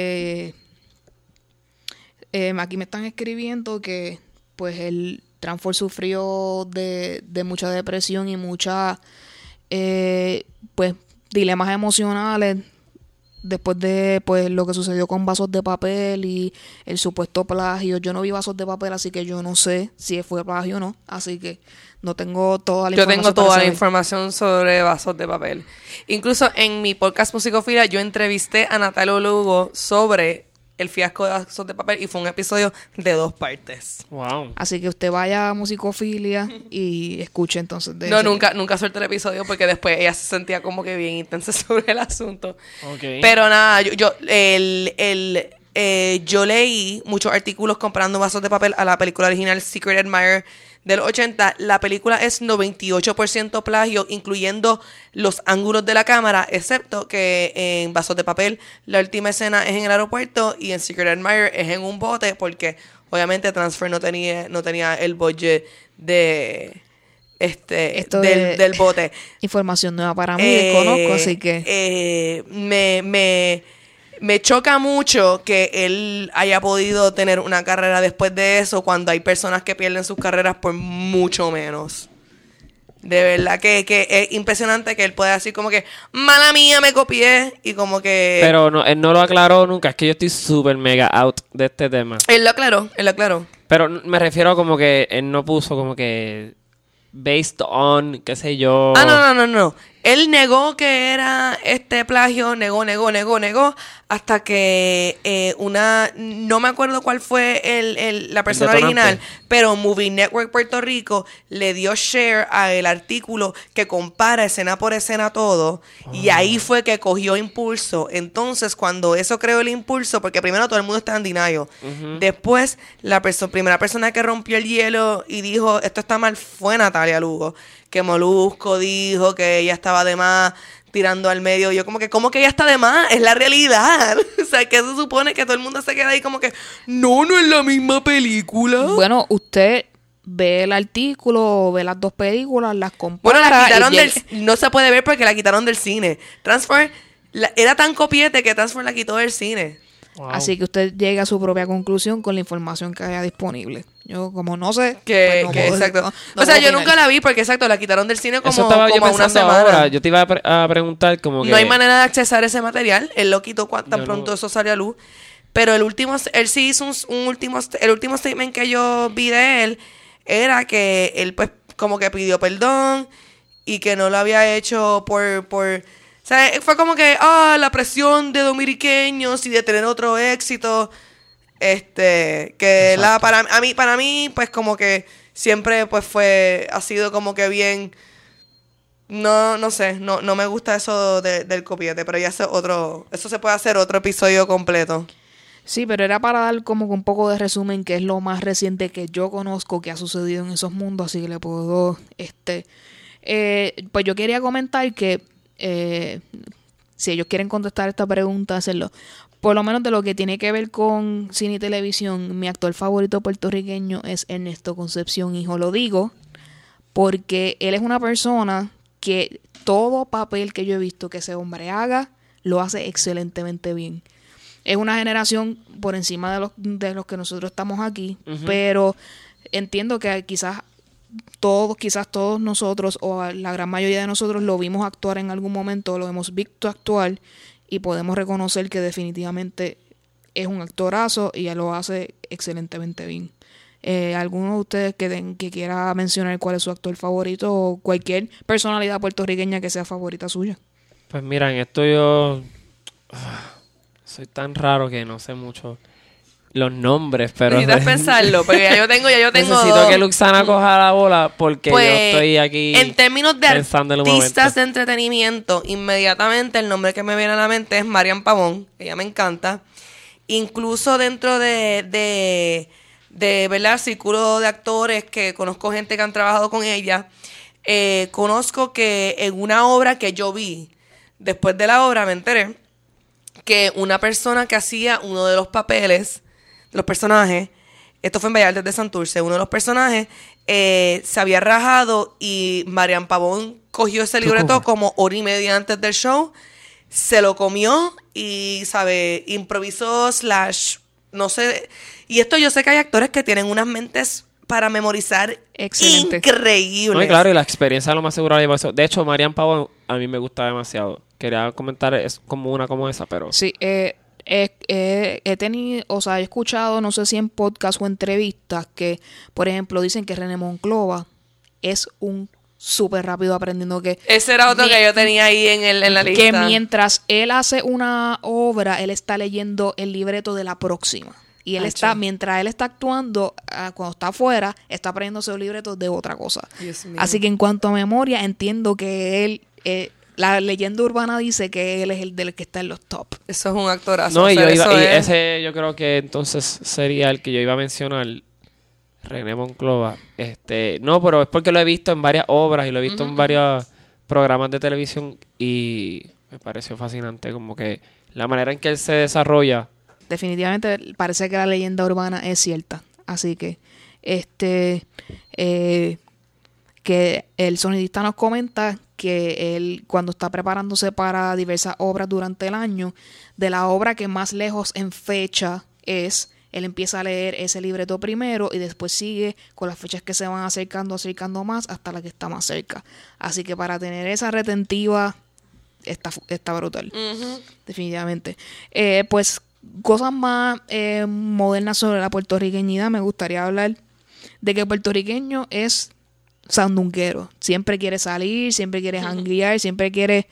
Aquí me están escribiendo que pues el Transfor sufrió de mucha depresión y mucha pues dilemas emocionales después de pues lo que sucedió con Vasos de Papel y el supuesto plagio. Yo no vi Vasos de Papel, así que yo no sé si fue plagio o no, así que no tengo toda la información. Yo tengo toda la información sobre Vasos de Papel. Incluso en mi podcast Musicofilia yo entrevisté a Natalia Lugo sobre el fiasco de Vasos de Papel y fue un episodio de 2 partes. Wow. Así que usted vaya a Musicofilia y escuche entonces de No, ese. nunca suelto el episodio porque después ella se sentía como que bien intensa sobre el asunto. Okay. Pero nada, yo leí muchos artículos comparando Vasos de Papel a la película original Secret Admirer del 80. La película es 98% plagio, incluyendo los ángulos de la cámara, excepto que en Vasos de Papel la última escena es en el aeropuerto y en Secret Admirer es en un bote, porque obviamente Transfer no tenía el budget de del bote. Información nueva para mí, desconozco, así que me choca mucho que él haya podido tener una carrera después de eso cuando hay personas que pierden sus carreras por mucho menos. De verdad que es impresionante que él pueda decir como que mala mía, me copié y como que... Pero no, él no lo aclaró nunca. Es que yo estoy súper mega out de este tema. Él lo aclaró. Pero me refiero a como que él no puso como que based on, qué sé yo. No. Él negó que era plagio, negó, hasta que no me acuerdo cuál fue la persona original, pero Movie Network Puerto Rico le dio share a el artículo que compara escena por escena todo, y ahí fue que cogió impulso. Entonces, cuando eso creó el impulso, porque primero todo el mundo estaba en denial, después la primera persona que rompió el hielo y dijo, esto está mal, fue Natalia Lugo, que Molusco dijo que ella estaba de más tirando al medio. Yo como que ella está de más, es la realidad. O sea, que se supone que todo el mundo se queda ahí como que no es la misma película. Bueno, usted ve el artículo, ve las 2 películas, las compara. Bueno, la quitaron no se puede ver porque la quitaron del cine. Transfer era tan copiete que Transfer la quitó del cine. Wow. Así que usted llega a su propia conclusión con la información que haya disponible. Yo como no sé, exacto. O sea, yo nunca la vi porque exacto, la quitaron del cine como, eso estaba yo como una pensando semana. ahora. Yo te iba a preguntar como que... No hay manera de accesar ese material. Él lo quitó tan pronto eso salió a luz. Pero él sí hizo el último statement que yo vi de él era que él pues como que pidió perdón y que no lo había hecho por o sea, fue como que la presión de dominiqueños y de tener otro éxito. Que para mí pues como que siempre pues ha sido como que bien, no sé, no me gusta eso del copiete, pero ya eso se puede hacer otro episodio completo. Sí, pero era para dar como que un poco de resumen, que es lo más reciente que yo conozco que ha sucedido en esos mundos, así que le puedo pues yo quería comentar que si ellos quieren contestar esta pregunta, hacerlo. Por lo menos de lo que tiene que ver con cine y televisión, mi actor favorito puertorriqueño es Ernesto Concepción, hijo. Lo digo porque él es una persona que todo papel que yo he visto que ese hombre haga, lo hace excelentemente bien. Es una generación por encima de los que nosotros estamos aquí, pero entiendo que quizás todos nosotros o la gran mayoría de nosotros lo vimos actuar en algún momento, lo hemos visto actuar y podemos reconocer que definitivamente es un actorazo y él lo hace excelentemente bien. ¿Alguno de ustedes que quiera mencionar cuál es su actor favorito o cualquier personalidad puertorriqueña que sea favorita suya? Pues mira, en esto yo soy tan raro que no sé mucho. los nombres, pero... Necesitas pensarlo, porque ya yo tengo Necesito que Luxana coja la bola porque pues, yo estoy aquí en términos de pensando en el artistas de momento. entretenimiento, inmediatamente el nombre que me viene a la mente es Marian Pavón, que ella me encanta. Incluso dentro de ¿verdad? Círculo de actores que conozco gente que han trabajado con ella, conozco que en una obra que yo vi, después de la obra me enteré que una persona que hacía uno de los papeles, de los personajes, esto fue en Bellas Artes de Santurce, uno de los personajes se había rajado y Marian Pavón cogió ese libreto como hora y media antes del show, se lo comió y, ¿sabe? Improvisó / no sé. Y esto yo sé que hay actores que tienen unas mentes para memorizar Excelente. increíbles. No, y claro, y la experiencia lo más seguro la eso. De hecho, Marian Pavón a mí me gusta demasiado. Quería comentar, es como una como esa, pero... Sí, he tenido, o sea, he escuchado, no sé si en podcast o entrevistas, que, por ejemplo, dicen que René Monclova es un súper rápido aprendiendo, que Ese era otro que yo tenía ahí en la lista. que mientras él hace una obra, él está leyendo el libreto de la próxima. Y él está, mientras él está actuando, cuando está afuera, está aprendiéndose el libreto de otra cosa. Dios mío. Así que en cuanto a memoria, entiendo que él, la leyenda urbana dice que él es el del que está en los top. Eso es un actorazo. No, o y, sea, yo iba, eso y es- ese yo creo que entonces sería el que yo iba a mencionar, René Monclova. No, pero es porque lo he visto en varias obras y lo he visto en varios programas de televisión y me pareció fascinante como que la manera en que él se desarrolla. Definitivamente parece que la leyenda urbana es cierta. Así que, que el sonidista nos comenta que él, cuando está preparándose para diversas obras durante el año, de la obra que más lejos en fecha es, él empieza a leer ese libreto primero y después sigue con las fechas que se van acercando más hasta la que está más cerca. Así que para tener esa retentiva está brutal. Definitivamente. Pues cosas más modernas sobre la puertorriqueñez, me gustaría hablar de que el puertorriqueño es sandunguero. Siempre quiere salir, siempre quiere janguear, siempre quiere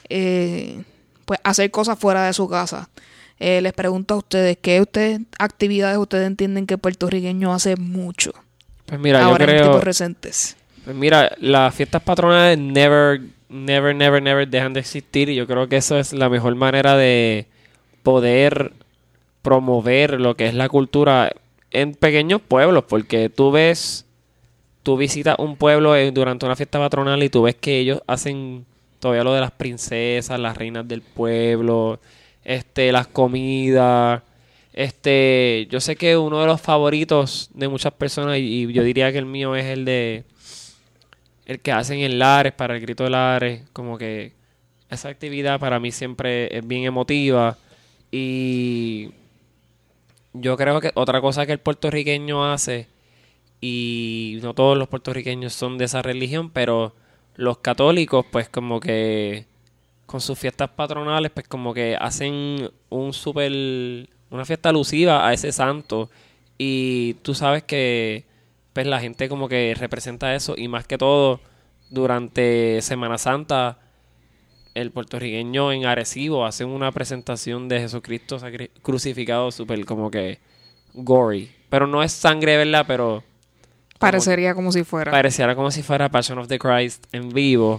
pues hacer cosas fuera de su casa. Les pregunto a ustedes, ¿qué actividades ustedes entienden que el puertorriqueño hace mucho? Pues mira, Ahora yo en creo... tiempos recentes. Pues mira, las fiestas patronales never dejan de existir y yo creo que eso es la mejor manera de poder promover lo que es la cultura en pequeños pueblos, porque tú visitas un pueblo durante una fiesta patronal y tú ves que ellos hacen todavía lo de las princesas, las reinas del pueblo, las comidas. Yo sé que uno de los favoritos de muchas personas, y yo diría que el mío es el que hacen en Lares, para el Grito de Lares. Como que esa actividad para mí siempre es bien emotiva. Y yo creo que otra cosa que el puertorriqueño hace, y no todos los puertorriqueños son de esa religión, pero los católicos pues como que con sus fiestas patronales pues como que hacen una fiesta alusiva a ese santo, y tú sabes que pues la gente como que representa eso, y más que todo durante Semana Santa el puertorriqueño en Arecibo hacen una presentación de Jesucristo crucificado súper como que gory, pero no es sangre, ¿verdad? Pero Parecería como si fuera. pareciera como si fuera Passion of the Christ en vivo.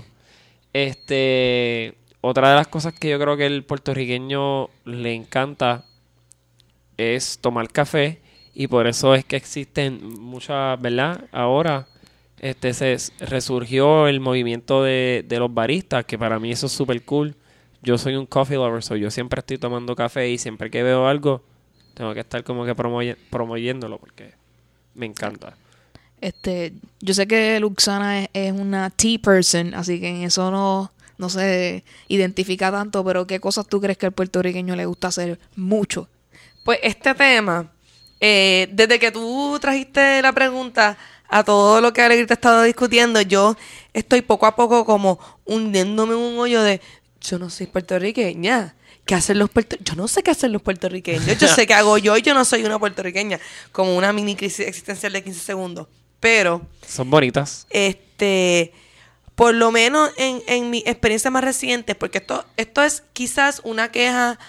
Otra de las cosas que yo creo que el puertorriqueño le encanta es tomar café, y por eso es que existen muchas, ¿verdad? Ahora se resurgió el movimiento de los baristas, que para mí eso es súper cool. Yo soy un coffee lover, so yo siempre estoy tomando café y siempre que veo algo tengo que estar como que promoviéndolo porque me encanta. Yo sé que Luxana es una tea person, así que en eso no se identifica tanto, pero ¿qué cosas tú crees que al puertorriqueño le gusta hacer mucho? Pues este tema, desde que tú trajiste la pregunta a todo lo que Alegrita ha estado discutiendo, yo estoy poco a poco como hundiéndome en un hoyo de yo no soy puertorriqueña. ¿Qué hacen los puertorriqueños? Yo no sé qué hacen los puertorriqueños. Yo sé qué hago yo y yo no soy una puertorriqueña. Como una mini crisis existencial de 15 segundos. Pero Son bonitas. por lo menos en mi experiencia más reciente, porque esto es quizás una queja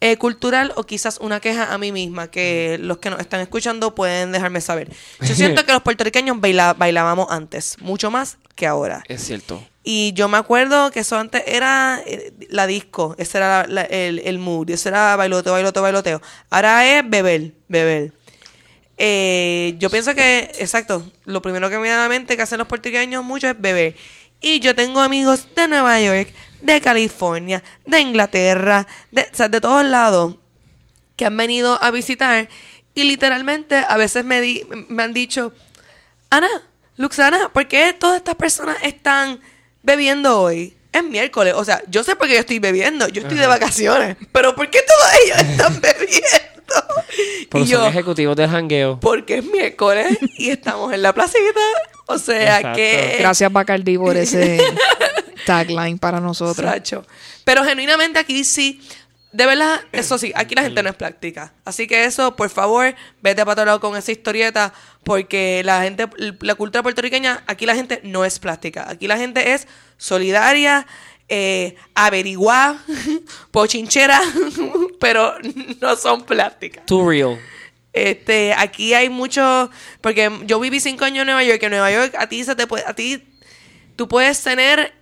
cultural o quizás una queja a mí misma que los que nos están escuchando pueden dejarme saber. Yo siento que los puertorriqueños bailábamos antes, mucho más que ahora. Es cierto. Y yo me acuerdo que eso antes era la disco, ese era el mood, ese era bailoteo, bailoteo, bailoteo. Ahora es beber. Yo pienso que, exacto, lo primero que me viene a la mente que hacen los puertorriqueños mucho es beber. Y yo tengo amigos de Nueva York, de California, de Inglaterra, o sea, de todos lados, que han venido a visitar. Y literalmente a veces me han dicho, Ana, Luxana, ¿por qué todas estas personas están bebiendo hoy? Es miércoles. O sea, yo sé por qué yo estoy bebiendo. Yo estoy de vacaciones. Pero ¿por qué todos ellos están bebiendo? Porque son ejecutivos del jangueo. Porque es miércoles y estamos en la placita. O sea, exacto. que... Gracias, Bacardi, por ese tagline para nosotros. Sacho. Pero genuinamente aquí sí, de verdad, eso sí, aquí la gente no es práctica. Así que eso, por favor, vete para otro lado con esa historieta, porque la cultura puertorriqueña, aquí la gente no es plástica. Aquí la gente es solidaria, averiguar, pochinchera, pero no son plásticas. Too real. Aquí hay mucho, porque yo viví 5 años en Nueva York, que en Nueva York tú puedes tener,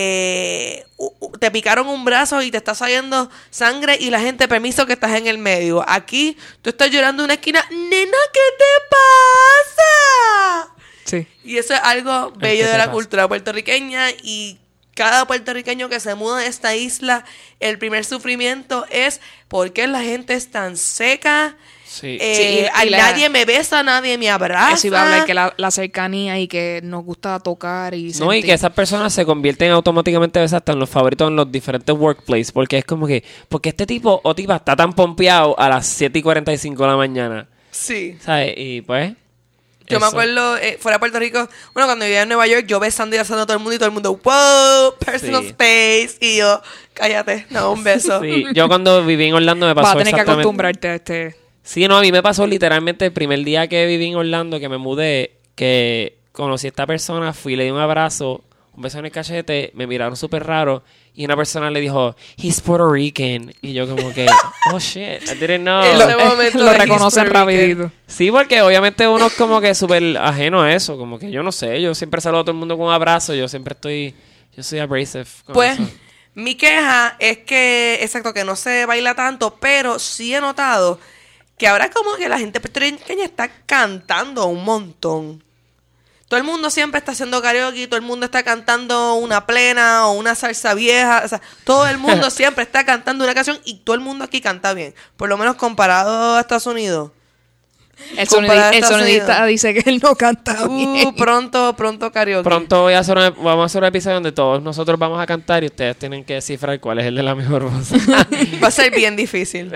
te picaron un brazo y te está saliendo sangre y la gente, permiso que estás en el medio. Aquí tú estás llorando en una esquina, nena, ¿qué te pasa? Sí. Y eso es algo bello de la cultura puertorriqueña, y cada puertorriqueño que se muda a esta isla, el primer sufrimiento es porque la gente es tan seca. Sí. Nadie me besa, nadie me abraza. Eso iba a hablar, que la cercanía y que nos gusta tocar y No, y que esas personas se convierten automáticamente a veces hasta en los favoritos en los diferentes workplaces, porque es como que, porque este tipo o tipa está tan pompeado a las 7:45 de la mañana. Sí. ¿Sabes? Y pues... Yo me acuerdo, fuera de Puerto Rico, bueno, cuando vivía en Nueva York, yo besando y abrazando a todo el mundo, wow, personal space, y yo, cállate, no, un beso. Sí, yo cuando viví en Orlando me pasó vas a tener que exactamente... acostumbrarte a este... Sí, no, a mí me pasó literalmente el primer día que viví en Orlando, que me mudé, que conocí a esta persona, fui, le di un abrazo, un beso en el cachete, me miraron súper raro, y una persona le dijo, he's Puerto Rican, y yo como que, oh shit, I didn't know. En ese momento lo de reconocen Puerto Rican. rapidito. Sí, porque obviamente uno es como que súper ajeno a eso, como que yo no sé, yo siempre saludo a todo el mundo con un abrazo, yo soy abrasive con Pues, eso. mi queja es que, exacto, que no se baila tanto, pero sí he notado que ahora como que la gente puertorriqueña está cantando un montón. Todo el mundo siempre está haciendo karaoke, todo el mundo está cantando una plena o una salsa vieja. O sea, todo el mundo siempre está cantando una canción y todo el mundo aquí canta bien. Por lo menos comparado a Estados Unidos. El Comparado a Estados sonidista Unidos. dice que él no canta bien. Pronto karaoke. Pronto vamos a hacer un episodio donde todos nosotros vamos a cantar y ustedes tienen que descifrar cuál es el de la mejor voz. Va a ser bien difícil.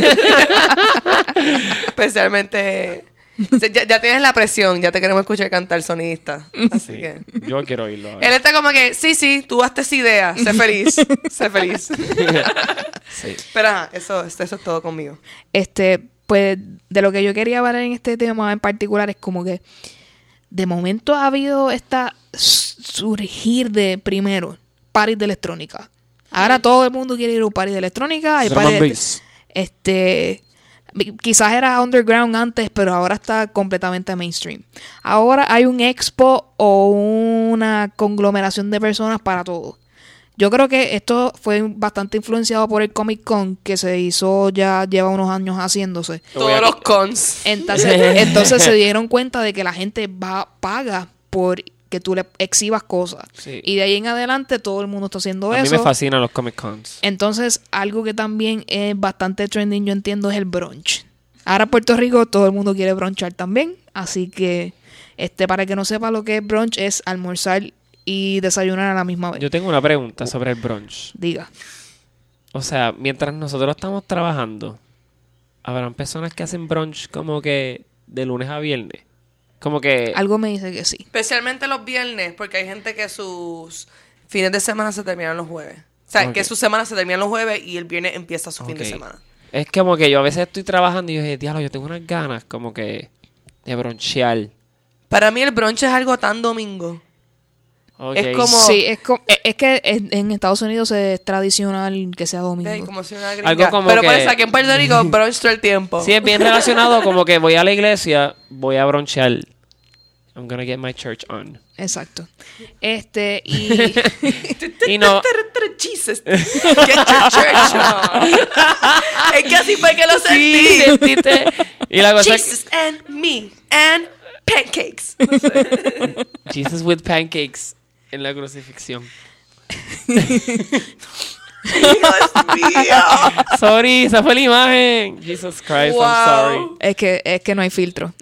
Especialmente... Ya tienes la presión, ya te queremos escuchar cantar sonidista. Así que... Yo quiero oírlo. ahora. Él está como que, sí, tú hazte esa idea. Sé feliz. Sé feliz. Sí. Pero ajá, eso es todo conmigo. Pues de lo que yo quería hablar en este tema en particular es como que de momento ha habido esta surgir de, primero, parties de electrónica. Ahora todo el mundo quiere ir a un party de electrónica. Hay Drum and parties quizás era underground antes, pero ahora está completamente mainstream. Ahora hay un expo o una conglomeración de personas para todo. Yo creo que esto fue bastante influenciado por el Comic Con, que se hizo, ya lleva unos años haciéndose. Todos los cons. Entonces se dieron cuenta de que la gente paga por que tú le exhibas cosas. Sí. Y de ahí en adelante todo el mundo está haciendo A mí eso. me fascinan los Comic Cons. Entonces, algo que también es bastante trending, yo entiendo, es el brunch. Ahora en Puerto Rico todo el mundo quiere brunchar también. Así que, para que no sepa lo que es brunch, es almorzar y desayunar a la misma vez. Yo tengo una pregunta sobre el brunch. Diga. O sea, mientras nosotros estamos trabajando, ¿habrán personas que hacen brunch como que de lunes a viernes? Como que... Algo me dice que sí. Especialmente los viernes, porque hay gente que sus fines de semana se terminan los jueves. O sea, Ok. que sus semanas se terminan los jueves y el viernes empieza su fin de Ok. semana. Es como que yo a veces estoy trabajando y yo dije, diablo, yo tengo unas ganas como que de bronchear. Para mí el brunch es algo tan domingo. Ok. Es como... Sí, es que en Estados Unidos es tradicional que sea domingo. Ay, como si una gringa. Algo como pero que- parece aquí en Puerto Rico, brunch todo el tiempo. Sí, es bien relacionado, como que voy a la iglesia, voy a bronchear. I'm gonna get my church on. Exacto. Y Y no... Jesus. Get your church on. Es que así fue que lo sentí. Sí, sentiste. Y la cosa es Jesus and me and pancakes. No sé. Jesus with pancakes en la crucifixión. Dios mío. Sorry, esa fue la imagen. Jesus Christ, Wow. I'm sorry. es que no hay filtro.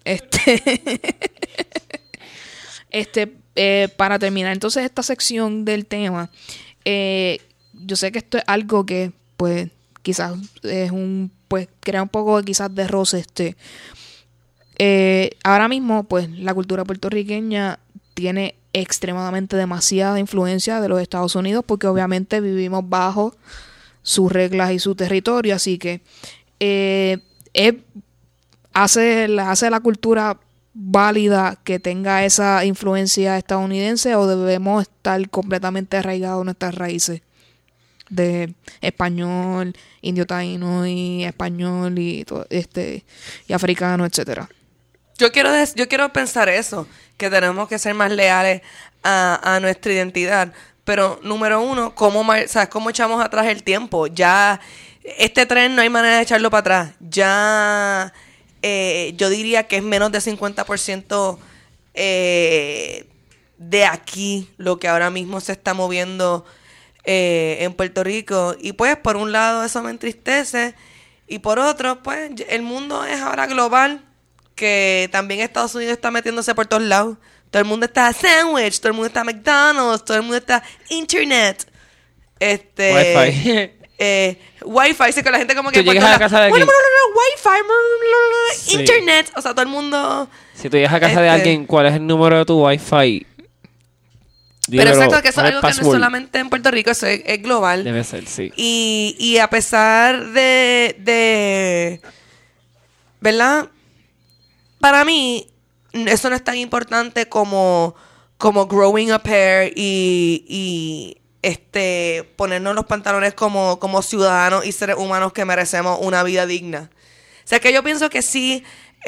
Para terminar entonces esta sección del tema, yo sé que esto es algo que pues quizás es pues crea un poco de quizás de roce ahora mismo pues la cultura puertorriqueña tiene extremadamente demasiada influencia de los Estados Unidos porque obviamente vivimos bajo sus reglas y su territorio, así que hace la cultura válida que tenga esa influencia estadounidense o debemos estar completamente arraigados en nuestras raíces de español, indio taíno y español y y africano, etcétera. Yo quiero pensar eso, que tenemos que ser más leales a nuestra identidad. Pero, número uno, ¿sabes cómo echamos atrás el tiempo? Ya, este tren no hay manera de echarlo para atrás. Ya, yo diría que es menos de 50% de aquí lo que ahora mismo se está moviendo en Puerto Rico. Y pues, por un lado, eso me entristece. Y por otro, pues, el mundo es ahora global, que también Estados Unidos está metiéndose por todos lados. Todo el mundo está sandwich, todo el mundo está McDonald's, todo el mundo está internet. Wi-Fi. Wi-Fi, sí, con la gente como que... Tú llegas a la casa de Wi-Fi, Sí. internet. O sea, todo el mundo... Si tú llegas a casa de alguien, ¿cuál es el número de tu Wi-Fi? Pero Dímelo, exacto, que eso es ¿cuál algo que no es password? solamente en Puerto Rico, eso es global. Debe ser, sí. Y a pesar de ¿verdad? Para mí, eso no es tan importante como growing a pair y ponernos los pantalones como ciudadanos y seres humanos que merecemos una vida digna. O sea, que yo pienso que sí,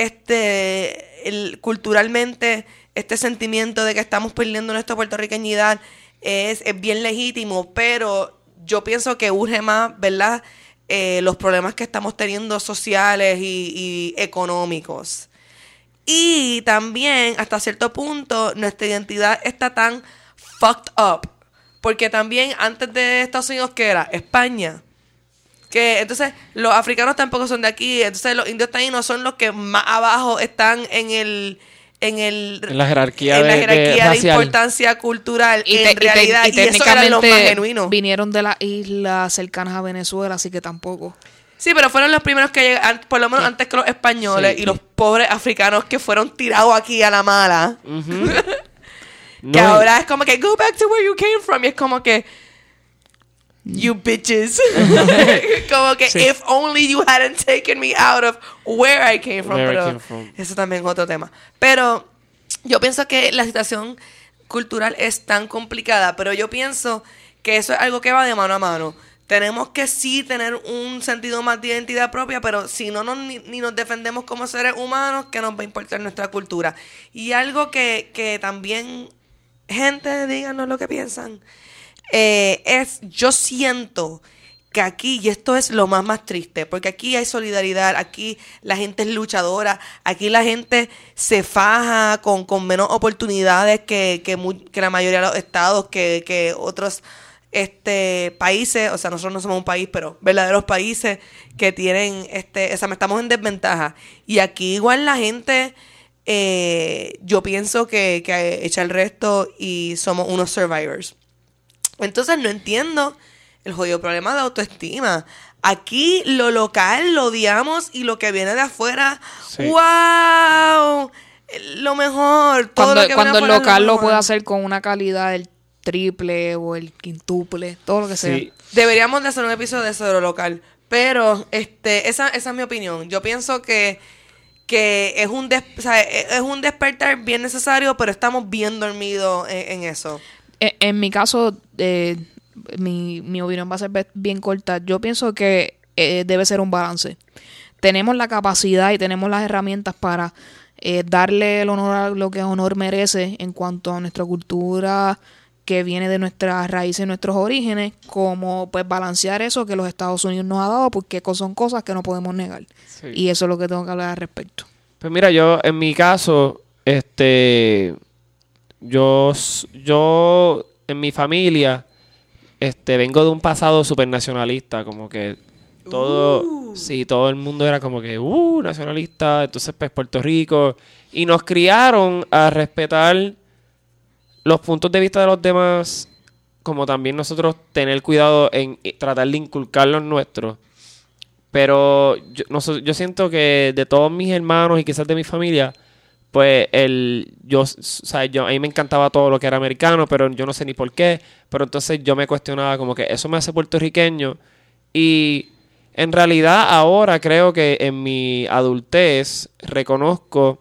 culturalmente, este sentimiento de que estamos perdiendo nuestra puertorriqueñidad es bien legítimo, pero yo pienso que urge más, ¿verdad? Los problemas que estamos teniendo sociales y económicos. Y también, hasta cierto punto, nuestra identidad está tan fucked up. Porque también, antes de Estados Unidos, ¿qué era? España. Que entonces, los africanos tampoco son de aquí. Entonces, los indios taínos son los que más abajo están en la jerarquía de racial. importancia cultural Y en realidad. Y eso eran los más genuinos. Vinieron de las islas cercanas a Venezuela, así que tampoco. Sí, pero fueron los primeros que llegaron, por lo menos antes que los españoles y los pobres africanos que fueron tirados aquí a la mala. Ujú. Que No, ahora es como que, go back to where you came from. Y es como que, you bitches. Como que, Sí. if only you hadn't taken me out of where I came from. Where I Pero came from. eso también es otro tema. Pero yo pienso que la situación cultural es tan complicada, pero yo pienso que eso es algo que va de mano a mano. Tenemos que sí tener un sentido más de identidad propia, pero si no ni nos defendemos como seres humanos, ¿qué nos va a importar nuestra cultura? Y algo que también, gente, díganos lo que piensan, yo siento que aquí, y esto es lo más triste, porque aquí hay solidaridad, aquí la gente es luchadora, aquí la gente se faja con menos oportunidades que la mayoría de los estados, que otros países, o sea, nosotros no somos un país, pero verdaderos países que tienen, o sea, estamos en desventaja. Y aquí igual la gente, yo pienso que echa el resto y somos unos survivors. Entonces no entiendo el jodido problema de autoestima. Aquí lo local lo odiamos y lo que viene de afuera, Sí. ¡wow! Lo mejor. Todo lo que Cuando viene el afuera es lo local lo mejor. puede hacer con una calidad del triple o el quintuple, todo lo que sea. Sí. Deberíamos de hacer un episodio de eso de lo local. Pero esa es mi opinión. Yo pienso que es un despertar bien necesario, pero estamos bien dormidos en eso. En mi caso, mi opinión va a ser bien corta. Yo pienso que debe ser un balance. Tenemos la capacidad y tenemos las herramientas para darle el honor a lo que honor merece en cuanto a nuestra cultura que viene de nuestras raíces y nuestros orígenes, como pues balancear eso que los Estados Unidos nos ha dado, porque son cosas que no podemos negar. Sí. Y eso es lo que tengo que hablar al respecto. Pues mira, yo en mi caso, yo en mi familia, vengo de un pasado súper nacionalista, como que todo el mundo era como que nacionalista. Entonces pues Puerto Rico, y nos criaron a respetar los puntos de vista de los demás, como también nosotros tener cuidado en tratar de inculcar los nuestros. Pero yo siento que de todos mis hermanos y quizás de mi familia, pues a mí me encantaba todo lo que era americano, pero yo no sé ni por qué. Pero entonces yo me cuestionaba como que eso me hace puertorriqueño. Y en realidad ahora creo que en mi adultez reconozco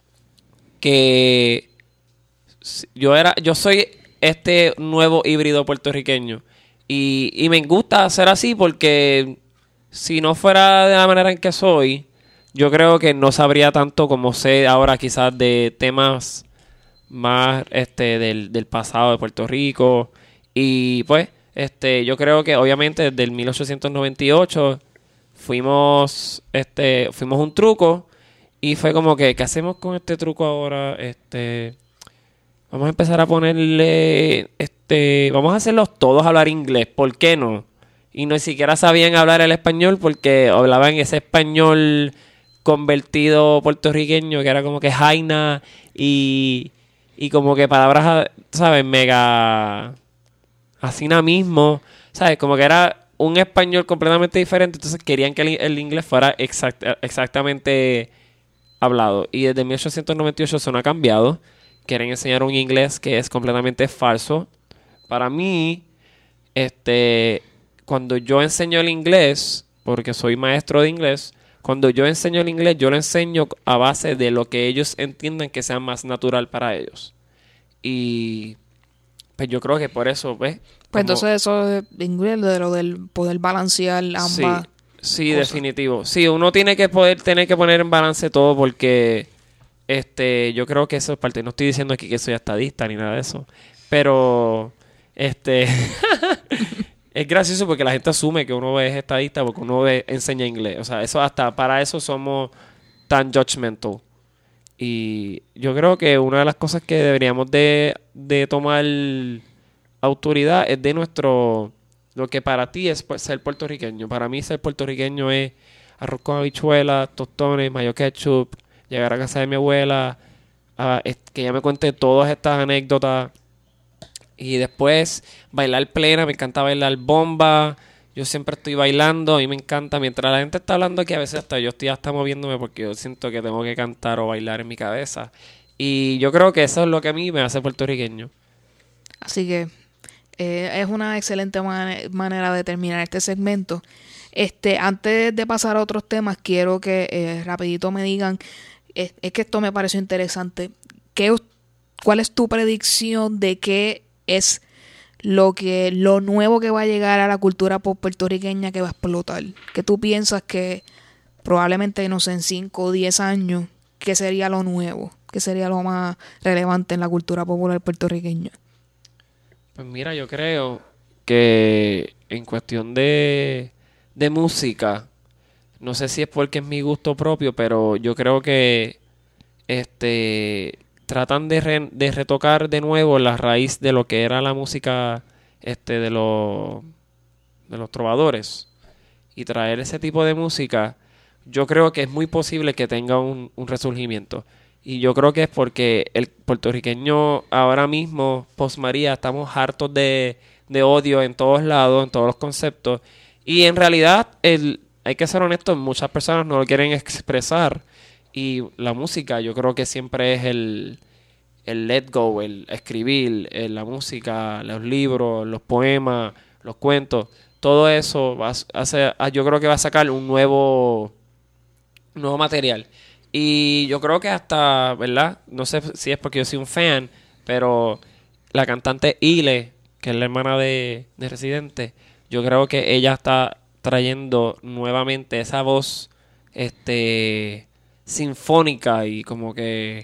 que yo soy este nuevo híbrido puertorriqueño. Y me gusta ser así porque si no fuera de la manera en que soy, yo creo que no sabría tanto como sé ahora quizás de temas más del pasado de Puerto Rico. Y pues yo creo que obviamente desde el 1898 fuimos un truco y fue como que ¿qué hacemos con este truco ahora? Vamos a empezar a ponerle vamos a hacerlos todos hablar inglés, ¿por qué no? Y no siquiera sabían hablar el español porque hablaban ese español convertido puertorriqueño que era como que jaina y como que palabras, ¿sabes? Mega así nada mismo, ¿sabes? Como que era un español completamente diferente, entonces querían que el inglés fuera exactamente hablado. Y desde 1898 eso no ha cambiado. Quieren enseñar un inglés que es completamente falso. Para mí, cuando yo enseño el inglés, porque soy maestro de inglés, cuando yo enseño el inglés, yo lo enseño a base de lo que ellos entiendan que sea más natural para ellos. Y pues yo creo que por eso, ¿ves? Pues entonces eso de inglés, de lo del poder balancear ambas. Sí, definitivo. Sí, uno tiene que poner en balance todo porque yo creo que eso es parte. No estoy diciendo aquí que soy estadista ni nada de eso, pero es gracioso porque la gente asume que uno es estadista porque uno enseña inglés. O sea, eso hasta para eso somos tan judgmental. Y yo creo que una de las cosas que deberíamos de tomar autoridad es de lo que para ti es ser puertorriqueño. Para mí ser puertorriqueño es arroz con habichuelas, tostones, mayo ketchup, llegar a casa de mi abuela, que ella me cuente todas estas anécdotas. Y después bailar plena, me encanta bailar bomba. Yo siempre estoy bailando, a mí me encanta. Mientras la gente está hablando aquí, a veces hasta yo estoy hasta moviéndome porque yo siento que tengo que cantar o bailar en mi cabeza. Y yo creo que eso es lo que a mí me hace puertorriqueño. Así que es una excelente manera de terminar este segmento. Antes de pasar a otros temas, quiero que rapidito me digan, es que esto me pareció interesante. ¿Cuál es tu predicción de qué es lo nuevo que va a llegar a la cultura pop puertorriqueña que va a explotar? ¿Qué tú piensas que probablemente, no sé, en 5 o 10 años, qué sería lo nuevo? ¿Qué sería lo más relevante en la cultura popular puertorriqueña? Pues mira, yo creo que en cuestión de música, no sé si es porque es mi gusto propio, pero yo creo que tratan de retocar de nuevo la raíz de lo que era la música de los trovadores y traer ese tipo de música. Yo creo que es muy posible que tenga un resurgimiento. Y yo creo que es porque el puertorriqueño ahora mismo, post María, estamos hartos de odio en todos lados, en todos los conceptos. Y en realidad, hay que ser honestos, muchas personas no lo quieren expresar. Y la música, yo creo que siempre es el let go, el escribir, la música, los libros, los poemas, los cuentos. Todo eso yo creo que va a sacar un nuevo material. Y yo creo que hasta, ¿verdad? No sé si es porque yo soy un fan, pero la cantante Ile, que es la hermana de Residente, yo creo que ella está trayendo nuevamente esa voz sinfónica y como que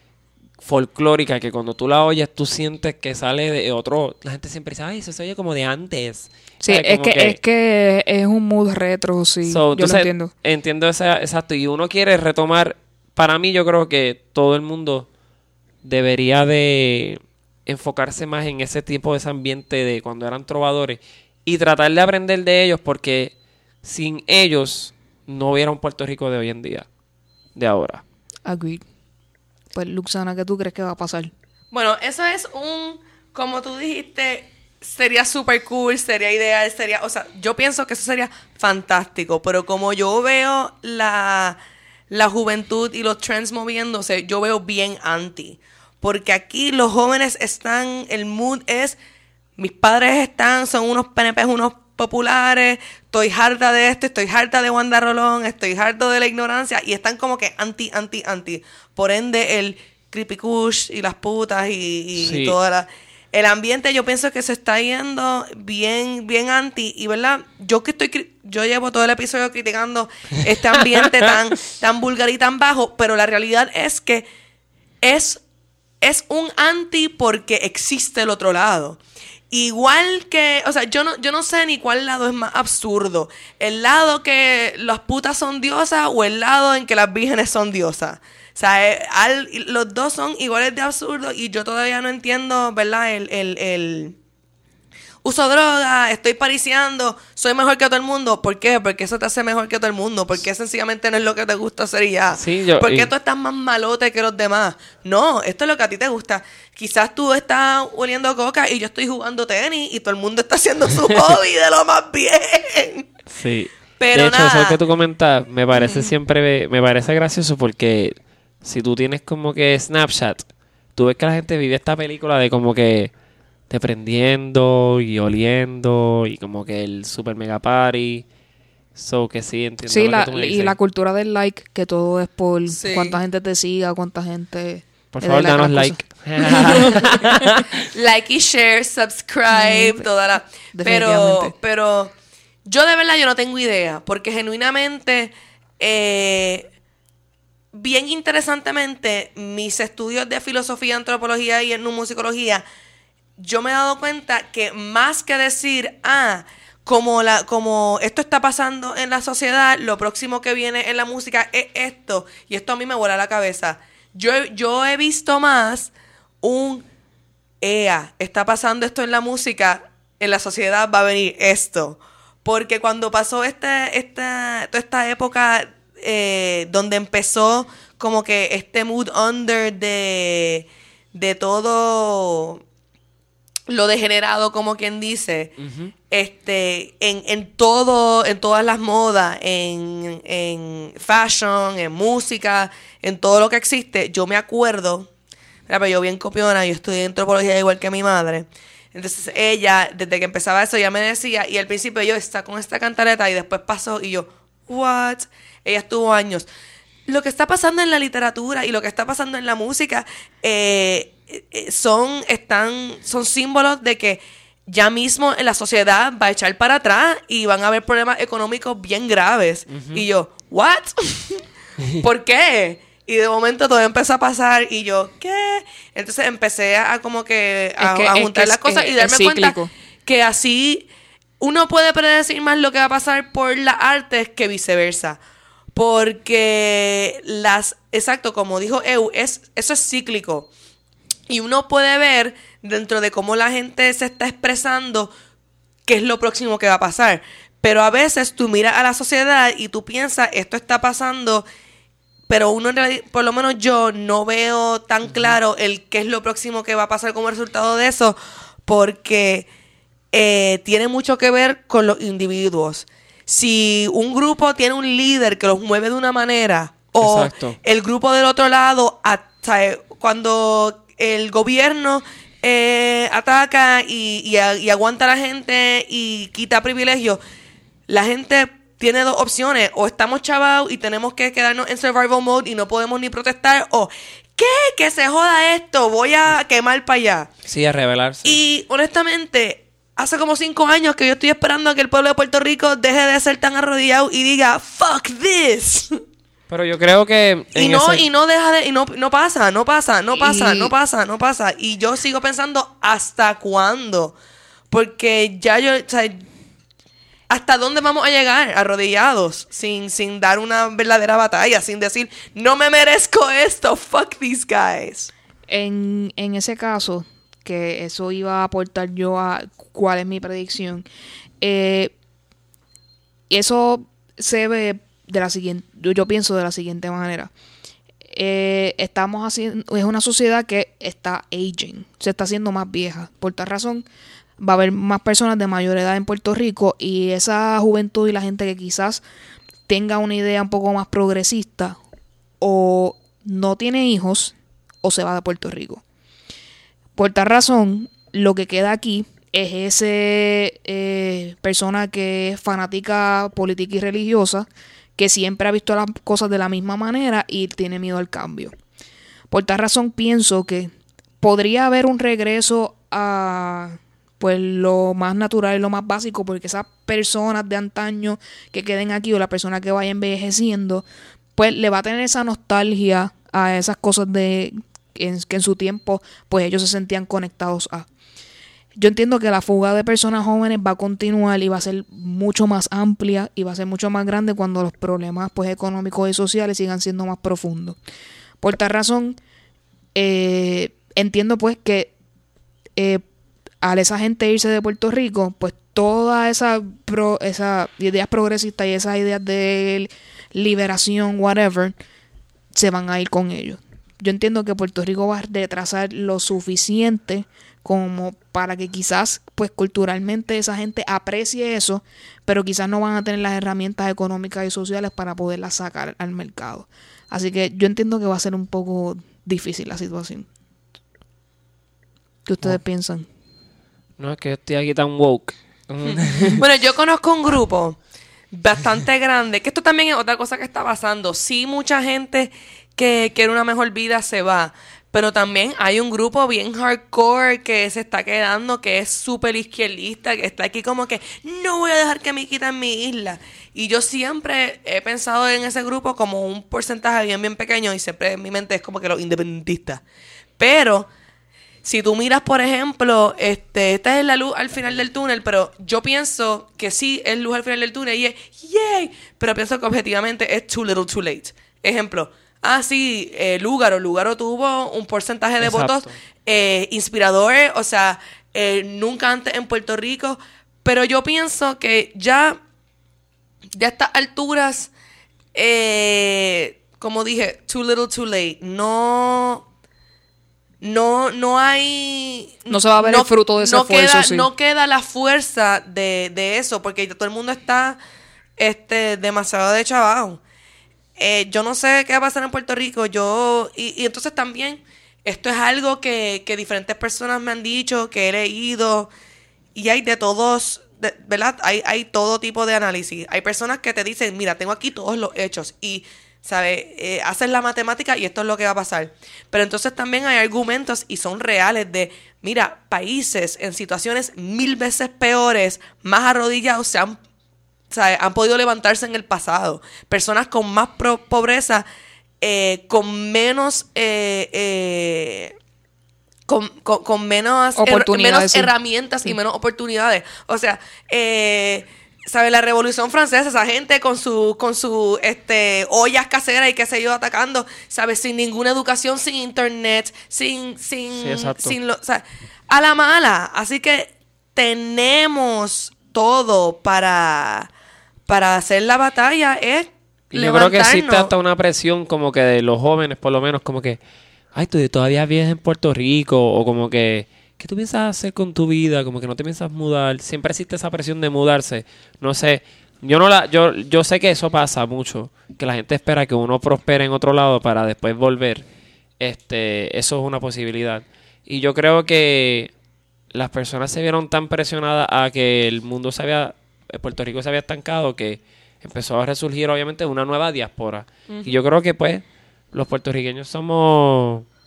folclórica, que cuando tú la oyes tú sientes que sale de otro. La gente siempre dice, ay, eso se oye como de antes. Sí, ¿sabes? es que es un mood retro, sí. So, yo lo entiendo. Entiendo exacto. Y uno quiere retomar. Para mí, yo creo que todo el mundo debería de enfocarse más en ese tipo de ese ambiente de cuando eran trovadores y tratar de aprender de ellos, porque sin ellos no hubiera un Puerto Rico de hoy en día, de ahora. Agreed. Pues, Luxana, ¿qué tú crees que va a pasar? Bueno, eso es como tú dijiste, sería súper cool, sería ideal, o sea, yo pienso que eso sería fantástico, pero como yo veo la juventud y los trends moviéndose, yo veo bien anti, porque aquí los jóvenes están, el mood es, mis padres son unos PNP, unos populares, estoy harta de esto, estoy harta de Wanda Rolón, estoy harto de la ignorancia, y están como que anti. Por ende, el creepy kush y las putas y Sí. toda el ambiente, yo pienso que se está yendo bien anti, y verdad, yo llevo todo el episodio criticando este ambiente tan vulgar y tan bajo, pero la realidad es que es un anti porque existe el otro lado. Igual que, o sea, yo no sé ni cuál lado es más absurdo. El lado que las putas son diosas o el lado en que las vírgenes son diosas. O sea, los dos son iguales de absurdos y yo todavía no entiendo, ¿verdad? El uso droga, estoy pariciando, soy mejor que todo el mundo. ¿Por qué? Porque eso te hace mejor que todo el mundo. Porque sencillamente no es lo que te gusta hacer y ya. Sí, ¿Por qué tú estás más malote que los demás? No, esto es lo que a ti te gusta. Quizás tú estás oliendo coca y yo estoy jugando tenis y todo el mundo está haciendo su hobby de lo más bien. Sí. Pero de hecho, nada. eso que tú comentas me parece me parece gracioso, porque si tú tienes como que Snapchat, tú ves que la gente vive esta película de como que te prendiendo y oliendo y como que el super mega party. So que sí, entiendo Sí, lo que tú me y dices. la cultura del like, que todo es por Sí. cuánta gente te siga, cuánta gente... Por le favor, dé like a danos las like. Like y share, subscribe, toda la... Definitivamente. Pero yo de verdad yo no tengo idea, porque genuinamente, bien interesantemente, mis estudios de filosofía, antropología y etnomusicología, yo me he dado cuenta que más que decir, como esto está pasando en la sociedad, lo próximo que viene en la música es esto, y esto a mí me vuela la cabeza. Yo he visto más está pasando esto en la música, en la sociedad va a venir esto. Porque cuando pasó toda esta época donde empezó como que este mood under de todo lo degenerado, como quien dice, Ujú. en todas las modas, en fashion, en música, en todo lo que existe, yo me acuerdo, pero yo bien copiona, yo estudié antropología igual que mi madre. Entonces ella, desde que empezaba eso, ya me decía, y al principio yo está con esta cantaleta y después pasó y yo, what? Ella estuvo años. Lo que está pasando en la literatura y lo que está pasando en la música son símbolos de que ya mismo en la sociedad va a echar para atrás y van a haber problemas económicos bien graves. Ujú. Y yo, what? ¿Por qué? Y de momento todo empezó a pasar y yo, ¿qué? Entonces empecé a como que a juntar las cosas y darme cuenta cíclico. que así uno puede predecir más lo que va a pasar por las artes que viceversa. Porque exacto, como dijo eso es cíclico. Y uno puede ver dentro de cómo la gente se está expresando qué es lo próximo que va a pasar. Pero a veces tú miras a la sociedad y tú piensas, esto está pasando, pero uno en realidad, por lo menos yo, no veo tan claro el qué es lo próximo que va a pasar como resultado de eso, porque tiene mucho que ver con los individuos. Si un grupo tiene un líder que los mueve de una manera, o Exacto. el grupo del otro lado, cuando el gobierno ataca y aguanta a la gente y quita privilegios, la gente tiene dos opciones: o estamos chavados y tenemos que quedarnos en survival mode y no podemos ni protestar, o ¿qué? Que se joda esto, voy a quemar para allá. Sí, a rebelarse. Y honestamente, hace como 5 años que yo estoy esperando a que el pueblo de Puerto Rico deje de ser tan arrodillado y diga, fuck this. Pero yo creo que... No pasa. Y yo sigo pensando, ¿hasta cuándo? Porque ya o sea, ¿hasta dónde vamos a llegar arrodillados? Sin dar una verdadera batalla, sin decir, no me merezco esto, fuck these guys. En ese caso, que eso iba a aportar yo a cuál es mi predicción, eso se ve de la siguiente, yo pienso de la siguiente manera. Estamos haciendo, es una sociedad que está aging, se está haciendo más vieja. Por tal razón, va a haber más personas de mayor edad en Puerto Rico, y esa juventud y la gente que quizás tenga una idea un poco más progresista o no tiene hijos o se va de Puerto Rico. Por tal razón, lo que queda aquí es ese persona que es fanática política y religiosa, que siempre ha visto las cosas de la misma manera y tiene miedo al cambio. Por tal razón pienso que podría haber un regreso a pues lo más natural y lo más básico, porque esas personas de antaño que queden aquí o la persona que vaya envejeciendo, pues le va a tener esa nostalgia a esas cosas que en su tiempo pues ellos se sentían conectados a. Yo entiendo que la fuga de personas jóvenes va a continuar y va a ser mucho más amplia y va a ser mucho más grande cuando los problemas pues económicos y sociales sigan siendo más profundos. Por tal razón, entiendo pues que al esa gente irse de Puerto Rico, pues todas esas ideas progresistas y esas ideas de liberación, whatever, se van a ir con ellos. Yo entiendo que Puerto Rico va a retrasar lo suficiente como para que quizás pues culturalmente esa gente aprecie eso, pero quizás no van a tener las herramientas económicas y sociales para poderlas sacar al mercado. Así que yo entiendo que va a ser un poco difícil la situación. ¿Qué ustedes piensan? No, es que yo estoy aquí tan woke. Bueno, yo conozco un grupo bastante grande, que esto también es otra cosa que está pasando. Sí, mucha gente que quiere una mejor vida se va, pero también hay un grupo bien hardcore que se está quedando, que es súper izquierdista, que está aquí como que no voy a dejar que me quiten mi isla. Y yo siempre he pensado en ese grupo como un porcentaje bien pequeño, y siempre en mi mente es como que los independentistas. Pero si tú miras, por ejemplo, esta es la luz al final del túnel, pero yo pienso que sí es luz al final del túnel y es yay, pero pienso que objetivamente es too little too late. Ejemplo, sí, Lugaro tuvo un porcentaje de votos inspiradores, o sea, nunca antes en Puerto Rico, pero yo pienso que ya a estas alturas, como dije, too little too late, no hay... No se va a ver el fruto de ese esfuerzo, sí. No queda la fuerza de eso, porque todo el mundo está demasiado de chavao. Yo no sé qué va a pasar en Puerto Rico. Y entonces también, esto es algo que diferentes personas me han dicho, que he leído, y hay de todos, ¿verdad? Hay todo tipo de análisis. Hay personas que te dicen, mira, tengo aquí todos los hechos, y ¿sabes? Haces la matemática y esto es lo que va a pasar. Pero entonces también hay argumentos y son reales de, mira, países en situaciones 1000 veces peores, más arrodillados, han podido levantarse en el pasado. Personas con más pobreza, con menos... con menos herramientas y menos oportunidades. O sea, ¿sabes? La Revolución Francesa, esa gente con su ollas caseras y qué sé yo, atacando, ¿sabes? Sin ninguna educación, sin internet, sin o sea, a la mala. Así que tenemos todo para hacer la batalla. Yo creo que existe hasta una presión como que de los jóvenes, por lo menos, como que, ay, tú todavía vives en Puerto Rico, o como que, ¿qué tú piensas hacer con tu vida? Como que no te piensas mudar. Siempre existe esa presión de mudarse. No sé, yo sé que eso pasa mucho, que la gente espera que uno prospere en otro lado para después volver. Eso es una posibilidad. Y yo creo que las personas se vieron tan presionadas a que Puerto Rico se había estancado, que empezó a resurgir obviamente una nueva diáspora. Uh-huh. Y yo creo que pues los puertorriqueños somos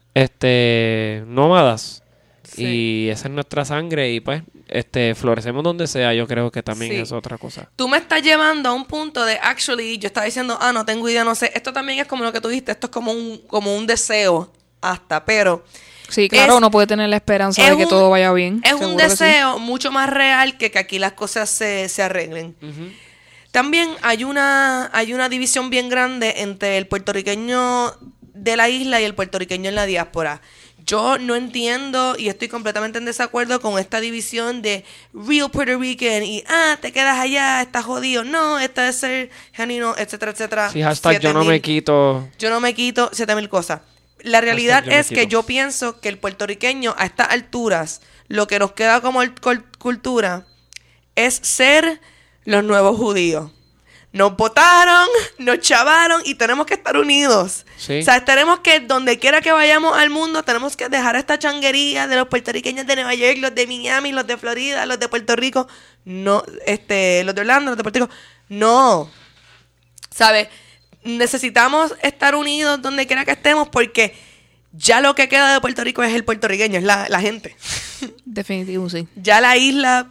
nómadas. Sí. Y esa es nuestra sangre y pues florecemos donde sea. Yo creo que también Sí. es otra cosa. Tú me estás llevando a un punto de, actually, yo estaba diciendo, no tengo idea, no sé. Esto también es como lo que tú dijiste, esto es como un deseo hasta, pero Sí, claro, es- uno puede tener la esperanza es de que un- todo vaya bien. es un seguro que sí. deseo mucho más real que aquí las cosas se arreglen. También hay una división bien grande entre el puertorriqueño de la isla y el puertorriqueño en la diáspora. Yo no entiendo y estoy completamente en desacuerdo con esta división de real Puerto Rican y te quedas allá, estás jodido. No, esta es ser genuino, etcétera, etcétera. Sí, hashtag yo no me 7,000. quito. Yo no me quito 7,000 cosas. La realidad Yo me es que quito. yo pienso que el puertorriqueño a estas alturas, lo que nos queda como cultura es ser los nuevos judíos. Nos votaron, nos chavaron y tenemos que estar unidos. Sí. O sea, tenemos que, donde quiera que vayamos al mundo, tenemos que dejar esta changuería de los puertorriqueños de Nueva York, los de Miami, los de Florida, los de Puerto Rico. No, los de Orlando, los de Puerto Rico. No. ¿Sabes? Necesitamos estar unidos donde quiera que estemos porque ya lo que queda de Puerto Rico es el puertorriqueño, es la gente. Definitivo, sí. Ya la isla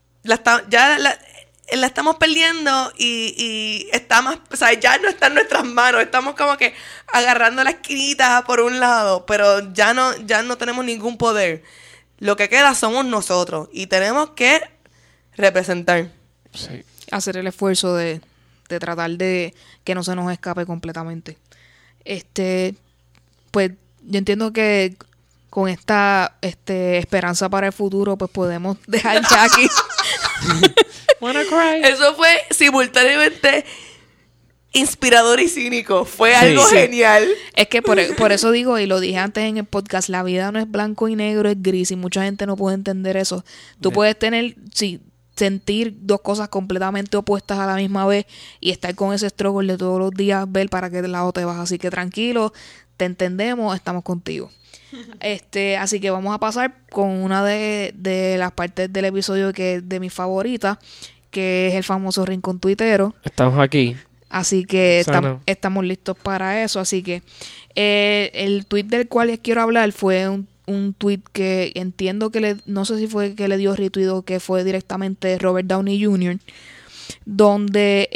la estamos perdiendo y está más, o sea, ya no está en nuestras manos. Estamos como que agarrando la esquinita por un lado, pero ya no tenemos ningún poder. Lo que queda somos nosotros y tenemos que representar. Sí. Hacer el esfuerzo de tratar de que no se nos escape completamente. Pues yo entiendo que con esta esperanza para el futuro, pues podemos dejar ya aquí. Wanna cry. Eso fue simultáneamente inspirador y cínico. Fue Sí. algo Sí. genial. Es que por eso digo, y lo dije antes en el podcast, la vida no es blanco y negro, es gris, y mucha gente no puede entender eso. Tú Bien. puedes tener, sí, sentir dos cosas completamente opuestas a la misma vez y estar con ese struggle de todos los días, ver para qué lado te vas. Así que tranquilo, te entendemos, estamos contigo. Así que vamos a pasar con una de las partes del episodio que es de mis favoritas, que es el famoso rincón tuitero. Estamos aquí. Así que Sana. estamos listos para eso. Así que el tweet del cual les quiero hablar fue un tweet que entiendo que no sé si fue que le dio retweet o que fue directamente Robert Downey Jr., donde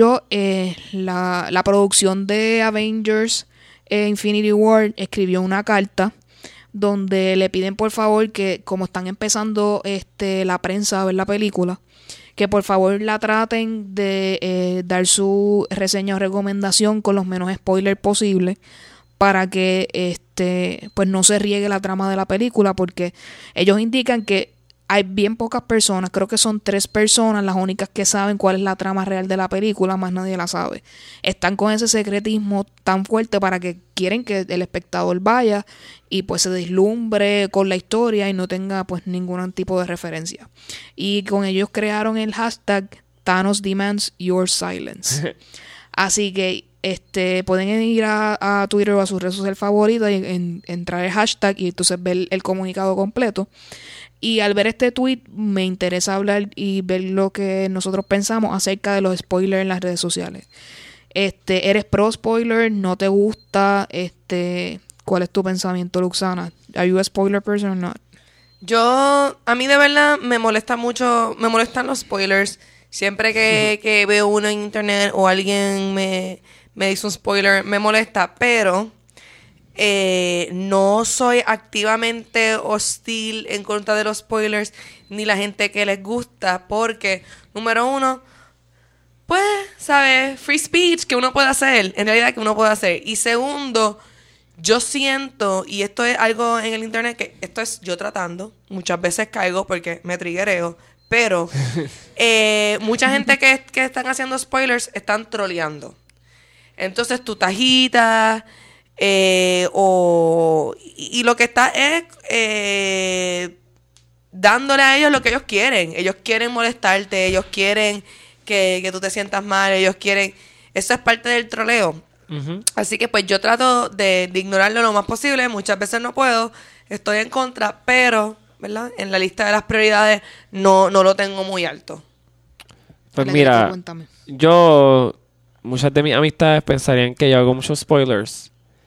la producción de Avengers Infinity War escribió una carta donde le piden por favor que, como están empezando la prensa a ver la película, que por favor la traten de dar su reseña o recomendación con los menos spoilers posible para que pues no se riegue la trama de la película, porque ellos indican que hay bien pocas personas, creo que son 3 personas las únicas que saben cuál es la trama real de la película, más nadie la sabe. Están con ese secretismo tan fuerte para que quieren que el espectador vaya y pues se deslumbre con la historia y no tenga pues ningún tipo de referencia. Y con ellos crearon el hashtag Thanos Demands Your Silence. Así que pueden ir a Twitter o a sus redes sociales favoritas y entrar el hashtag y entonces ver el comunicado completo. Y al ver este tweet me interesa hablar y ver lo que nosotros pensamos acerca de los spoilers en las redes sociales. ¿Eres pro spoiler? ¿No te gusta? ¿Cuál es tu pensamiento, Luxana? ¿Are you a spoiler person or not? A mí de verdad me molestan los spoilers. Siempre que veo uno en internet o alguien me dice un spoiler, me molesta, pero no soy activamente hostil en contra de los spoilers ni la gente que les gusta, porque, número uno, pues, ¿sabes? Free speech que uno puede hacer, en realidad que uno puede hacer. Y segundo, yo siento, y esto es algo en el internet que esto es yo tratando, muchas veces caigo porque me triggereo, pero mucha gente que están haciendo spoilers están troleando. Entonces tu tajita y lo que está es dándole a ellos lo que ellos quieren. Ellos quieren molestarte, ellos quieren que tú te sientas mal, ellos quieren... Eso es parte del troleo. Ujú. Así que pues yo trato de ignorarlo lo más posible. Muchas veces no puedo, estoy en contra, pero, ¿verdad? En la lista de las prioridades no lo tengo muy alto. Pues Dale, mira, cuéntame. muchas de mis amistades pensarían que yo hago muchos spoilers.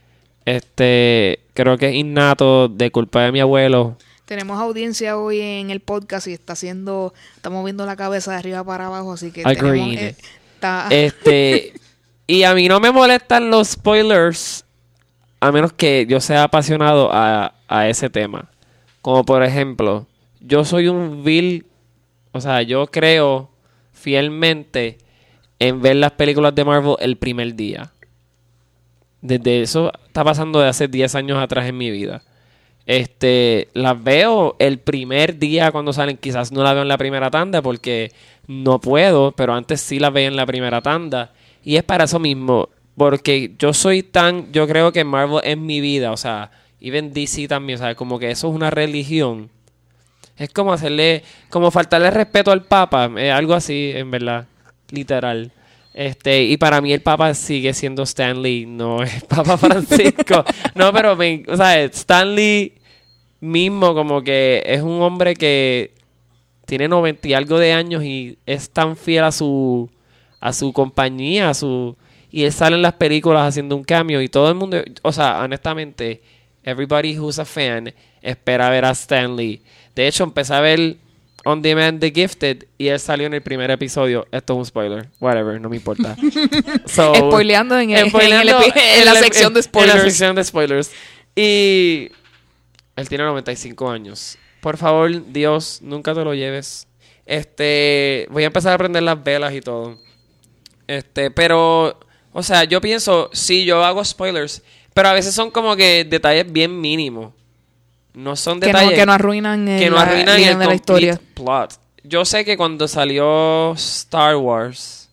Creo que es innato de culpa de mi abuelo. Tenemos audiencia hoy en el podcast y estamos moviendo la cabeza de arriba para abajo, así que Agreed. está... Y a mí no me molestan los spoilers, a menos que yo sea apasionado a ese tema. Como por ejemplo, yo soy un yo creo fielmente en ver las películas de Marvel el primer día. Desde eso está pasando de hace 10 años atrás en mi vida. Las veo el primer día cuando salen. Quizás no las veo en la primera tanda porque no puedo, pero antes sí las veía en la primera tanda. Y es para eso mismo, porque yo creo que Marvel es mi vida, o sea, even DC también, o sea, como que eso es una religión. Es como faltarle respeto al Papa, algo así, en verdad, literal. Y para mí el Papa sigue siendo Stan Lee, no es Papa Francisco. No, pero Stan Lee mismo como que es un hombre que tiene 90 y algo de años y es tan fiel a su compañía, y él sale en las películas haciendo un cameo y todo el mundo, o sea, honestamente, everybody who's a fan espera ver a Stan Lee. De hecho, empecé a ver On Demand The Gifted y él salió en el primer episodio. Esto es un spoiler. Whatever, no me importa. Spoileando en la sección de spoilers. En la sección de spoilers. Y él tiene 95 años. Por favor, Dios, nunca te lo lleves. Voy a empezar a prender las velas y todo. Pero, o sea, yo pienso, sí, yo hago spoilers, pero a veces son como que detalles bien mínimos. No son detalles que no arruinan el complete de la historia. Plot. Yo sé que cuando salió Star Wars,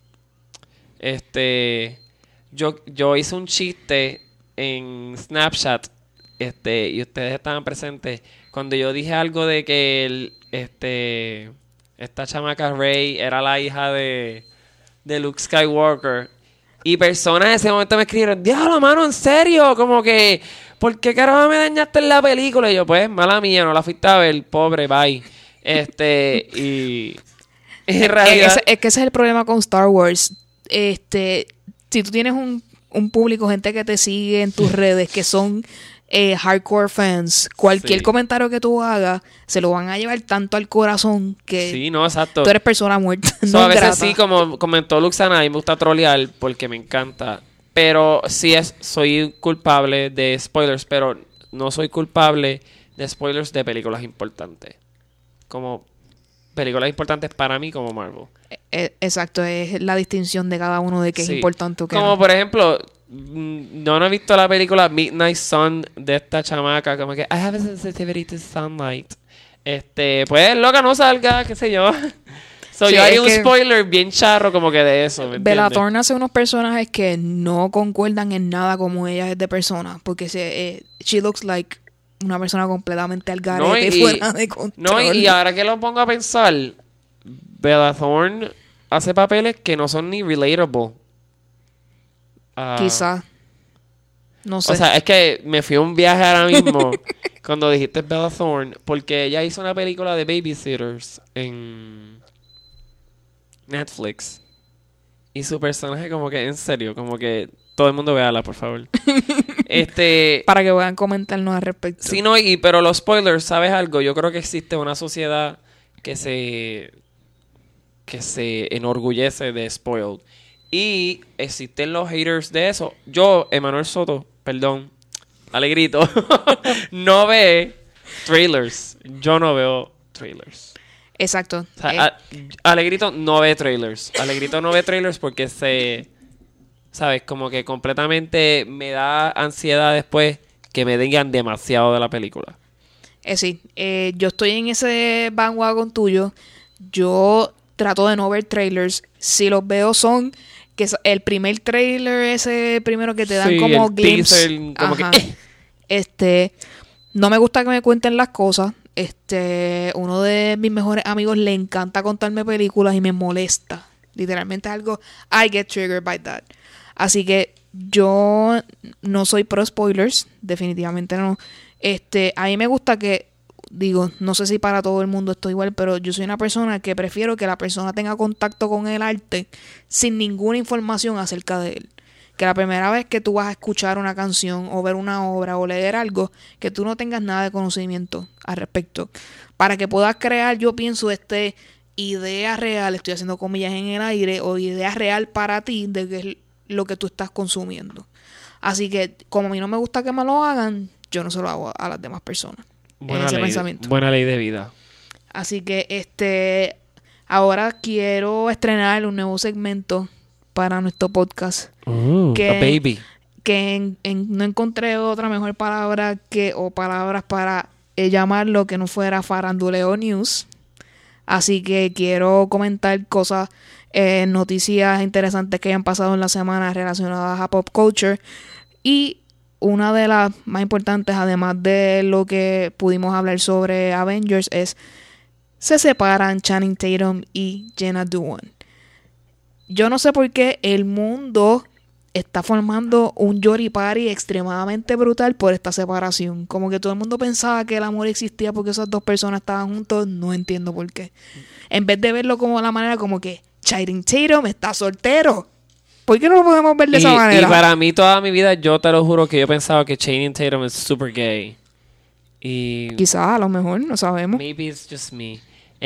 yo hice un chiste en Snapchat, y ustedes estaban presentes cuando yo dije algo de que esta chamaca Rey era la hija de Luke Skywalker. Y personas en ese momento me escribieron, diablo, mano, ¿en serio? Como que, ¿por qué carajo me dañaste en la película? Y yo, pues, mala mía, no la fuiste a ver, pobre, bye. Y en realidad... Es que ese es el problema con Star Wars. Si tú tienes un público, gente que te sigue en tus redes, que son hardcore fans, cualquier comentario que tú hagas, se lo van a llevar tanto al corazón que sí, no, exacto. Tú eres persona muerta. So, a veces sí, como comentó Luxana, a mí me gusta trolear porque me encanta. Pero sí soy culpable de spoilers, pero no soy culpable de spoilers de películas importantes. Como películas importantes para mí como Marvel. Exacto, es la distinción de cada uno de qué es importante o qué como no. Por ejemplo, no he visto la película Midnight Sun de esta chamaca, como que I have a sensitivity to sunlight. Pues loca, no salga, qué sé yo. Yo hay un spoiler bien charro como que de eso, ¿me entiendes? Bella Thorne hace unos personajes que no concuerdan en nada como ella es de persona, porque she looks like una persona completamente al garete, fuera de control. No, y ahora que lo pongo a pensar, Bella Thorne hace papeles que no son ni relatable. Quizás. No sé. O sea, es que me fui a un viaje ahora mismo cuando dijiste Bella Thorne, porque ella hizo una película de Babysitters en Netflix. Y su personaje como que, en serio, como que todo el mundo véala, por favor. Para que puedan comentarnos al respecto. Sí, no, pero los spoilers, ¿sabes algo? Yo creo que existe una sociedad que se enorgullece de spoiled. Y existen los haters de eso. Yo, Emanuel Soto, perdón, Alegrito, no ve trailers. Yo no veo trailers. Exacto. O sea, Alegrito no ve trailers. Alegrito no ve trailers porque ¿sabes? Como que completamente me da ansiedad después que me digan demasiado de la película. Sí, yo estoy en ese bandwagon tuyo. Yo trato de no ver trailers. Si los veo son que el primer trailer, ese primero que te dan como glimpse. Teaser, como que, no me gusta que me cuenten las cosas. Uno de mis mejores amigos le encanta contarme películas y me molesta. Literalmente es algo, I get triggered by that. Así que yo no soy pro spoilers, definitivamente no. A mí me gusta que, digo, no sé si para todo el mundo esto igual, pero yo soy una persona que prefiero que la persona tenga contacto con el arte sin ninguna información acerca de él. que la primera vez que tú vas a escuchar una canción o ver una obra o leer algo, que tú no tengas nada de conocimiento al respecto. Para que puedas crear, yo pienso, idea real, estoy haciendo comillas en el aire, o idea real para ti de qué es lo que tú estás consumiendo. Así que, como a mí no me gusta que me lo hagan, yo no se lo hago a las demás personas. Buena ley de vida. Así que ahora quiero estrenar un nuevo segmento para nuestro podcast. A baby. Que no encontré otra mejor palabra o palabras para llamarlo que no fuera Faranduleo News. Así que quiero comentar cosas, noticias interesantes que hayan pasado en la semana relacionadas a pop culture. Y una de las más importantes, además de lo que pudimos hablar sobre Avengers, se separan Channing Tatum y Jenna Dewan. Yo no sé por qué el mundo está formando un Yori Party extremadamente brutal por esta separación. Como que todo el mundo pensaba que el amor existía porque esas dos personas estaban juntos. No entiendo por qué. En vez de verlo como la manera como que Channing Tatum está soltero. ¿Por qué no lo podemos ver de esa manera? Y para mí toda mi vida, yo te lo juro que yo pensaba que Channing Tatum es super gay. Y quizás, a lo mejor, no sabemos. Maybe it's just me.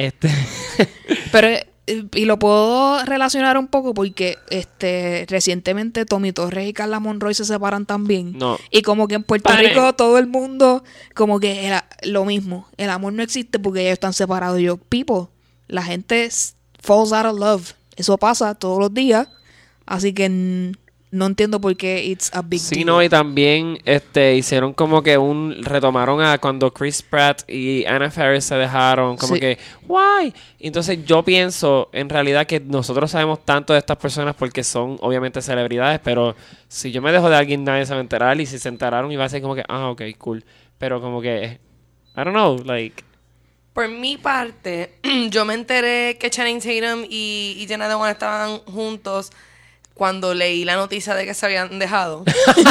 Pero y lo puedo relacionar un poco porque recientemente Tommy Torres y Carla Monroy se separan también. No. Y como que en Puerto Rico todo el mundo como que era lo mismo. El amor no existe porque ellos están separados. Y yo, people, la gente falls out of love. Eso pasa todos los días. Así que no entiendo por qué it's a big deal. Sí, no, y también hicieron como que retomaron a cuando Chris Pratt y Anna Faris se dejaron, como sí. que, why? Entonces yo pienso en realidad que nosotros sabemos tanto de estas personas porque son obviamente celebridades, pero si yo me dejo de alguien nadie se va a enterar, y si se enteraron iba a ser como que, ok, cool. Pero como que, I don't know, like... Por mi parte, yo me enteré que Channing Tatum y Jenna Dewan estaban juntos cuando leí la noticia de que se habían dejado.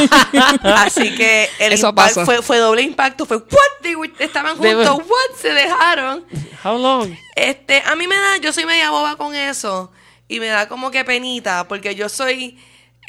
Así que el eso impacto pasa. fue doble impacto. Fue, what? Estaban juntos. What? Se dejaron. How long? A mí yo soy media boba con eso. Y me da como que penita. Porque yo soy,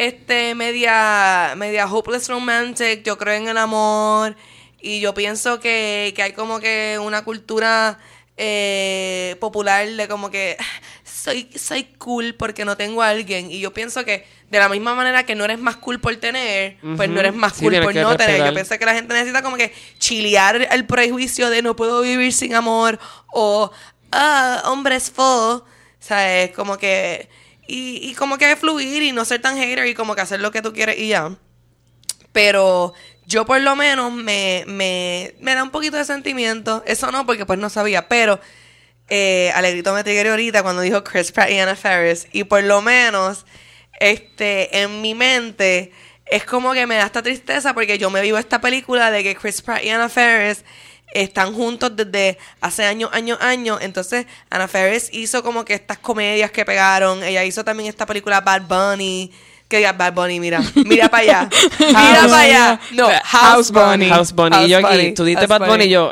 media hopeless romantic. Yo creo en el amor. Y yo pienso que hay como que una cultura popular de como que soy cool porque no tengo a alguien. Y yo pienso que de la misma manera que no eres más cool por tener, pues no eres más cool por no tener. Yo pienso que la gente necesita como que chilear el prejuicio de no puedo vivir sin amor, o hombres full, ¿sabes? Como que y como que fluir y no ser tan hater y como que hacer lo que tú quieres y ya. Pero yo por lo menos me da un poquito de sentimiento. Eso no, porque pues no sabía. Pero Alegrito me triggeré ahorita cuando dijo Chris Pratt y Anna Faris. Y por lo menos en mi mente es como que me da esta tristeza porque yo me vivo esta película de que Chris Pratt y Anna Faris están juntos desde hace años. Entonces Anna Faris hizo como que estas comedias que pegaron. Ella hizo también esta película Bad Bunny. Que diga Bad Bunny, mira para allá. Mira para allá. No, House Bunny. House Bunny. Y yo aquí, tú diste Bad Bunny y yo.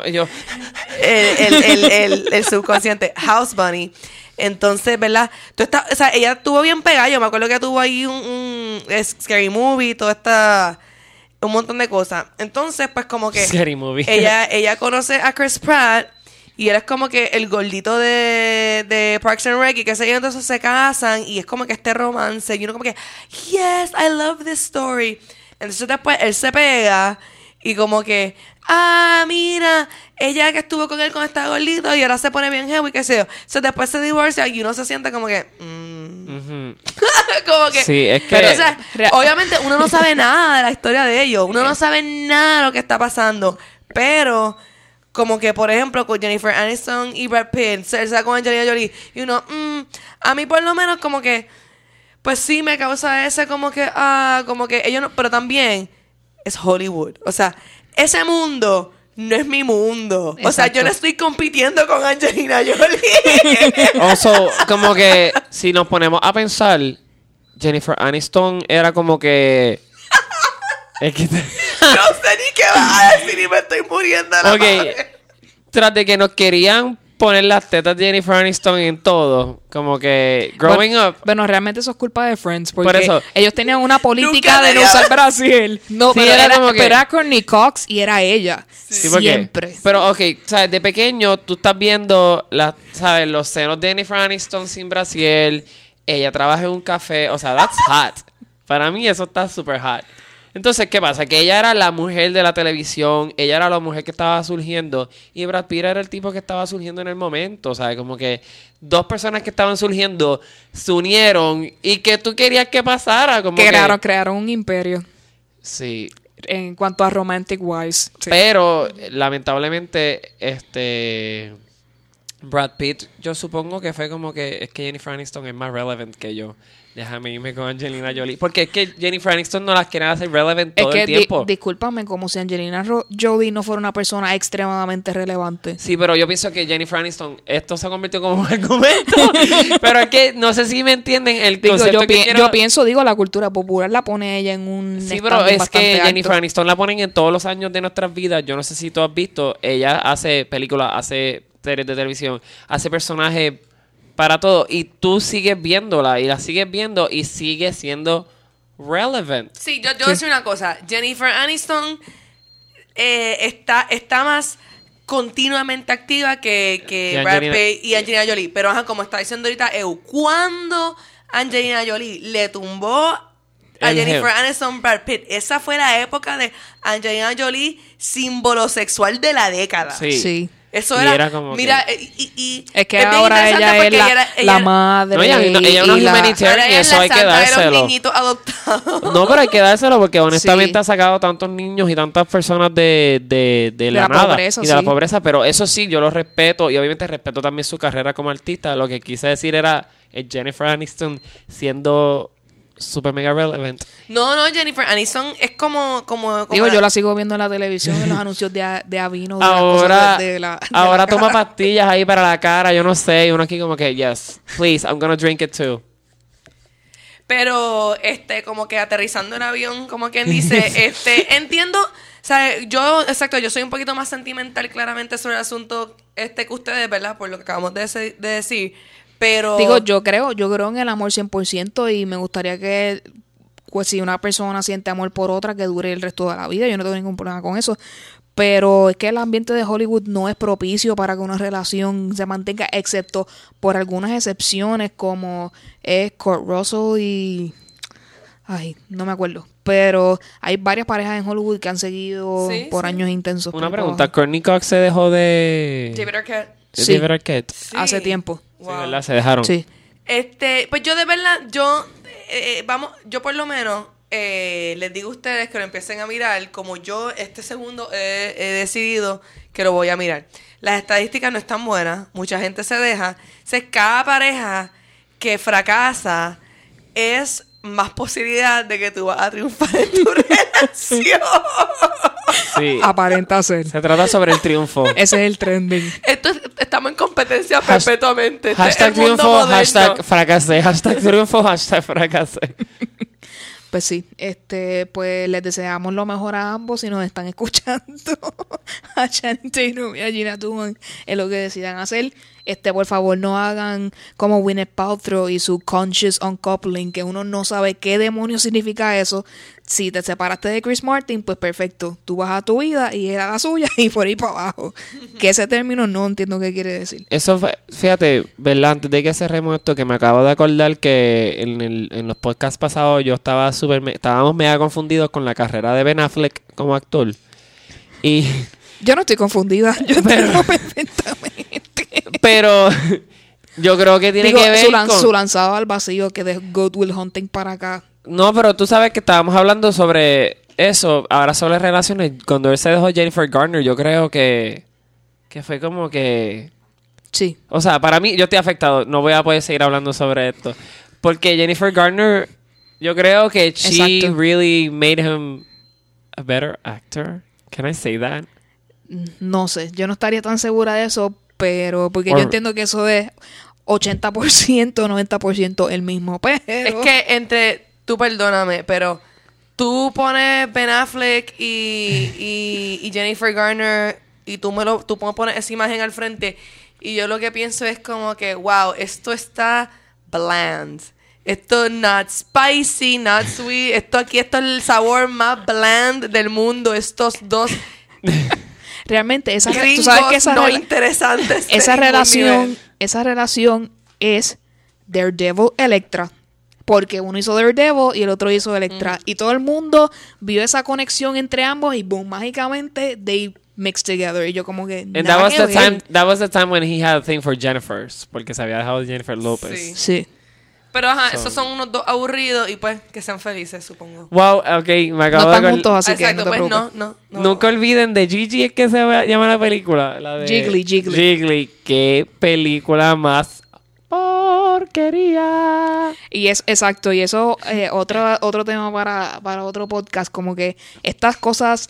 El subconsciente. House Bunny. Entonces, ¿verdad? O sea, ella estuvo bien pegada. Yo me acuerdo que tuvo ahí un Scary Movie, un montón de cosas. Entonces, pues como que Scary Movie. ella conoce a Chris Pratt. Y él es como que el gordito de Parks and Rec y qué sé yo. Entonces se casan y es como que este romance. Y uno como que, yes, I love this story. Entonces después él se pega y como que, mira, ella que estuvo con él con este gordito y ahora se pone bien heavy, qué sé yo. Entonces después se divorcia y uno se siente como que, como que, sí, es que, pero o sea, obviamente uno no sabe nada de la historia de ellos. Uno no sabe nada de lo que está pasando. Pero como que, por ejemplo, con Jennifer Aniston y Brad Pitt, Cersei con Angelina Jolie, y uno, a mí por lo menos como que, pues sí me causa ese como que, ellos no, pero también es Hollywood. O sea, ese mundo no es mi mundo. Exacto. O sea, yo no estoy compitiendo con Angelina Jolie. Also, como que, si nos ponemos a pensar, Jennifer Aniston era como que... No sé ni qué vas a decir y me estoy muriendo. Ok, tras de que nos querían poner las tetas de Jennifer Aniston en todo. Como que growing up. Bueno, realmente eso es culpa de Friends. Porque Por eso. ellos tenían una política Nunca de no tenía- usar Brasil. No, Sí, pero era era, como que- pero era Courtney Cox y era ella. Sí, porque- Siempre. Pero, ok, ¿sabes? De pequeño tú estás viendo, ¿sabes? Los senos de Jennifer Aniston sin brasier. Ella trabaja en un café. O sea, that's hot. Para mí eso está super hot. Entonces, ¿qué pasa? Que ella era la mujer de la televisión. Ella era la mujer que estaba surgiendo. Y Brad Pitt era el tipo que estaba surgiendo en el momento. ¿Sabes? Como que dos personas que estaban surgiendo se unieron. ¿Y que tú querías que pasara? Como que Crearon un imperio sí. en cuanto a romantic wise. Sí. Pero lamentablemente, Brad Pitt, yo supongo que fue como que es que Jennifer Aniston es más relevant que yo. Déjame irme con Angelina Jolie. Porque es que Jennifer Aniston no las quieren hacer relevant Es todo que el tiempo. discúlpame, como si Angelina Jolie no fuera una persona extremadamente relevante. Sí, pero yo pienso que Jennifer Aniston, esto se convirtió como un argumento. Pero es que no sé si me entienden el Digo, concepto yo, que quiero. yo pienso, la cultura popular la pone ella en un Sí, standing pero es bastante que alto. Jennifer Aniston la ponen en todos los años de nuestras vidas. Yo no sé si tú has visto. Ella hace películas, hace series de televisión, hace personajes para todo. Y tú sigues viéndola y la sigues viendo y sigue siendo relevant. Sí, yo voy a decir una cosa. Jennifer Aniston está más continuamente activa que Y Brad Angelina- Pitt y Angelina Jolie. Pero ajá, como está diciendo ahorita, cuando Angelina Jolie le tumbó a El Jennifer geo. Aniston, Brad Pitt, esa fue la época de Angelina Jolie, símbolo sexual de la década. Sí. Sí. Eso Y era, era como mira, que- Es que bien ahora interesante ella es porque la madre. No, ella es una y la- humanitarian. ahora ella es eso la hay que santa de los dárselo. niñitos adoptados. No, pero hay que dárselo porque honestamente Sí. ha sacado tantos niños y tantas personas de la la nada pobreza, y de la sí. pobreza. Pero eso sí, yo lo respeto y obviamente respeto también su carrera como artista. Lo que quise decir era Jennifer Aniston siendo super mega relevant. No, Jennifer Aniston es como Digo, la- yo la sigo viendo en la televisión, en los anuncios de Avino. de las Ahora, cosas de la ahora toma cara. pastillas ahí para la cara, yo no sé, y uno aquí como que, yes, please, I'm gonna drink it too. Pero, como que aterrizando en avión, como quien dice, entiendo, o sea, yo soy un poquito más sentimental claramente sobre el asunto que ustedes, ¿verdad? Por lo que acabamos de decir, pero... Digo, yo creo en el amor 100% y me gustaría que, pues, si una persona siente amor por otra, que dure el resto de la vida. Yo no tengo ningún problema con eso. Pero es que el ambiente de Hollywood no es propicio para que una relación se mantenga, excepto por algunas excepciones como es Kurt Russell y... Ay, no me acuerdo. Pero hay varias parejas en Hollywood que han seguido Sí, por sí. años intensos. Una por pregunta, abajo. ¿Courtney Cox se dejó de David Arquette. de Sí. David Arquette? Sí. Hace tiempo. Sí, Wow. ¿verdad? Se dejaron. Sí. Pues yo de verdad, yo por lo menos les digo a ustedes que lo empiecen a mirar, como yo este segundo he decidido que lo voy a mirar. Las estadísticas no están buenas, mucha gente se deja. Cada pareja que fracasa es más posibilidad de que tú vas a triunfar en tu relación. Sí. Aparenta ser. Se trata sobre el triunfo. Ese es el trending. Estamos en competencia perpetuamente. Este es Hashtag el mundo triunfo, moderno. hashtag fracasé. Hashtag triunfo, hashtag fracasé. Pues sí, pues les deseamos lo mejor a ambos si nos están escuchando. A Channing Tatum y a Gina Tuman en lo que decidan hacer. Por favor, no hagan como Gwyneth Paltrow y su conscious uncoupling, que uno no sabe qué demonios significa eso. Si te separaste de Chris Martin, pues perfecto. Tú vas a tu vida y él a la suya y por ahí para abajo. Que ese término no entiendo qué quiere decir. Eso fue, fíjate, ¿verdad? Antes de que cerremos esto, que me acabo de acordar que en los podcasts pasados yo estaba estábamos mega confundidos con la carrera de Ben Affleck como actor. Y Yo no estoy confundida. Yo entiendo perfectamente. pero yo creo que tiene Digo, que ver su lanzado al vacío que de Good Will Hunting para acá. No, pero tú sabes que estábamos hablando sobre eso, ahora sobre relaciones. Cuando él se dejó Jennifer Garner, yo creo que fue como que... Sí. O sea, para mí, yo estoy afectado. No voy a poder seguir hablando sobre esto. Porque Jennifer Garner, yo creo que she Exacto. really made him a better actor. Can I say that? No sé, yo no estaría tan segura de eso, pero porque Or- yo entiendo que eso es 80%, 90% el mismo, pero... Es que tú perdóname, pero tú pones Ben Affleck y Jennifer Garner y tú me pones esa imagen al frente Y yo lo que pienso es como que, wow, esto está bland. Esto not spicy, not sweet. Esto es el sabor más bland del mundo. Estos dos Realmente, tú gringos sabes que no interesantes. esa de ningún relación, nivel. esa relación es Daredevil Electra. Porque uno hizo Daredevil y el otro hizo Electra. Y todo el mundo vio esa conexión entre ambos y boom, mágicamente they mixed together. Y yo como que And nada que ver. that was the time when he had a thing for Jennifer's, porque se había dejado de Jennifer Lopez. Sí. Sí. Pero ajá, So- esos son unos dos aburridos y pues que sean felices, supongo. Wow, ok, me No acabo están de juntos, así que Exacto, no te pues preocupes. no. Nunca olviden de Gigi, es que se llama la película. La de Jiggly. Jiggly. Qué película más porquería. Y es exacto, y eso otro tema para otro podcast, como que estas cosas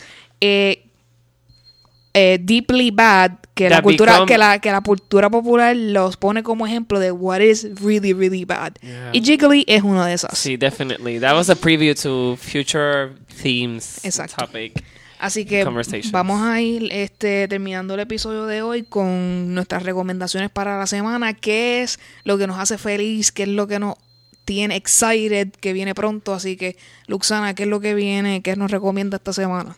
deeply bad que la That cultura become- que la cultura popular los pone como ejemplo de what is really really bad. Yeah. Y Jiggly es una de esas. Sí, definitely. That was a preview to future themes. Exacto. Topic. Así que Conversations. vamos a ir terminando el episodio de hoy con nuestras recomendaciones para la semana. ¿Qué es lo que nos hace feliz? ¿Qué es lo que nos tiene excited? Que viene pronto. Así que, Luxana, ¿qué es lo que viene? ¿Qué nos recomienda esta semana?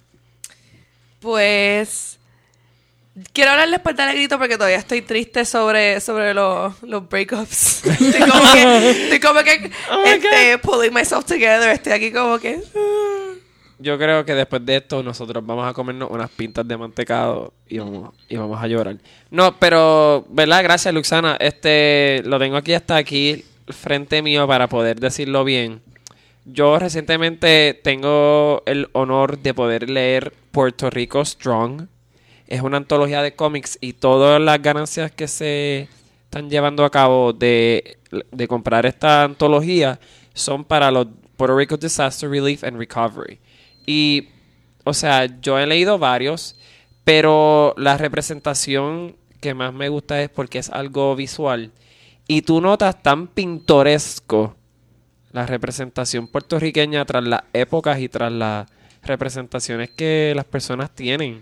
Pues quiero hablarles por darle grito porque todavía estoy triste sobre los breakups. estoy como que Oh my pulling myself together. Estoy aquí como que Yo creo que después de esto nosotros vamos a comernos unas pintas de mantecado y vamos a llorar. No, pero, ¿verdad? Gracias, Luxana. Lo tengo hasta aquí frente mío para poder decirlo bien. Yo recientemente tengo el honor de poder leer Puerto Rico Strong. Es una antología de cómics y todas las ganancias que se están llevando a cabo de comprar esta antología son para los Puerto Rico Disaster Relief and Recovery. Y, o sea, yo he leído varios, pero la representación que más me gusta es porque es algo visual. Y tú notas tan pintoresco la representación puertorriqueña tras las épocas y tras las representaciones que las personas tienen.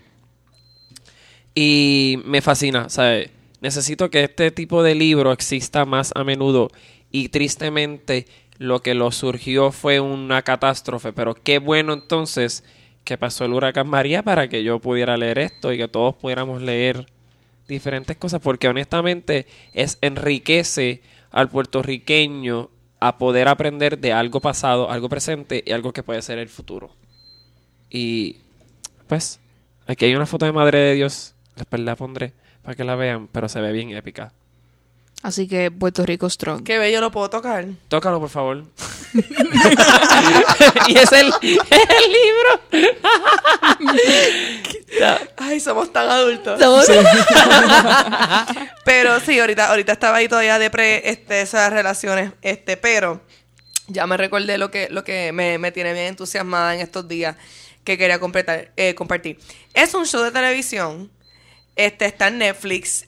Y me fascina, ¿sabes? Necesito que este tipo de libro exista más a menudo. Y tristemente lo que lo surgió fue una catástrofe. Pero qué bueno entonces que pasó el huracán María para que yo pudiera leer esto y que todos pudiéramos leer diferentes cosas. Porque honestamente enriquece al puertorriqueño a poder aprender de algo pasado, algo presente y algo que puede ser el futuro. Y pues aquí hay una foto de Madre de Dios. Después la pondré para que la vean, pero se ve bien épica. Así que Puerto Rico Strong. qué bello, lo puedo tocar. Tócalo, por favor. Y es el libro. Ay, somos tan adultos. Pero sí, ahorita estaba ahí todavía de esas relaciones, pero ya me recordé lo que me tiene bien entusiasmada en estos días que quería compartir. Es un show de televisión. Está en Netflix.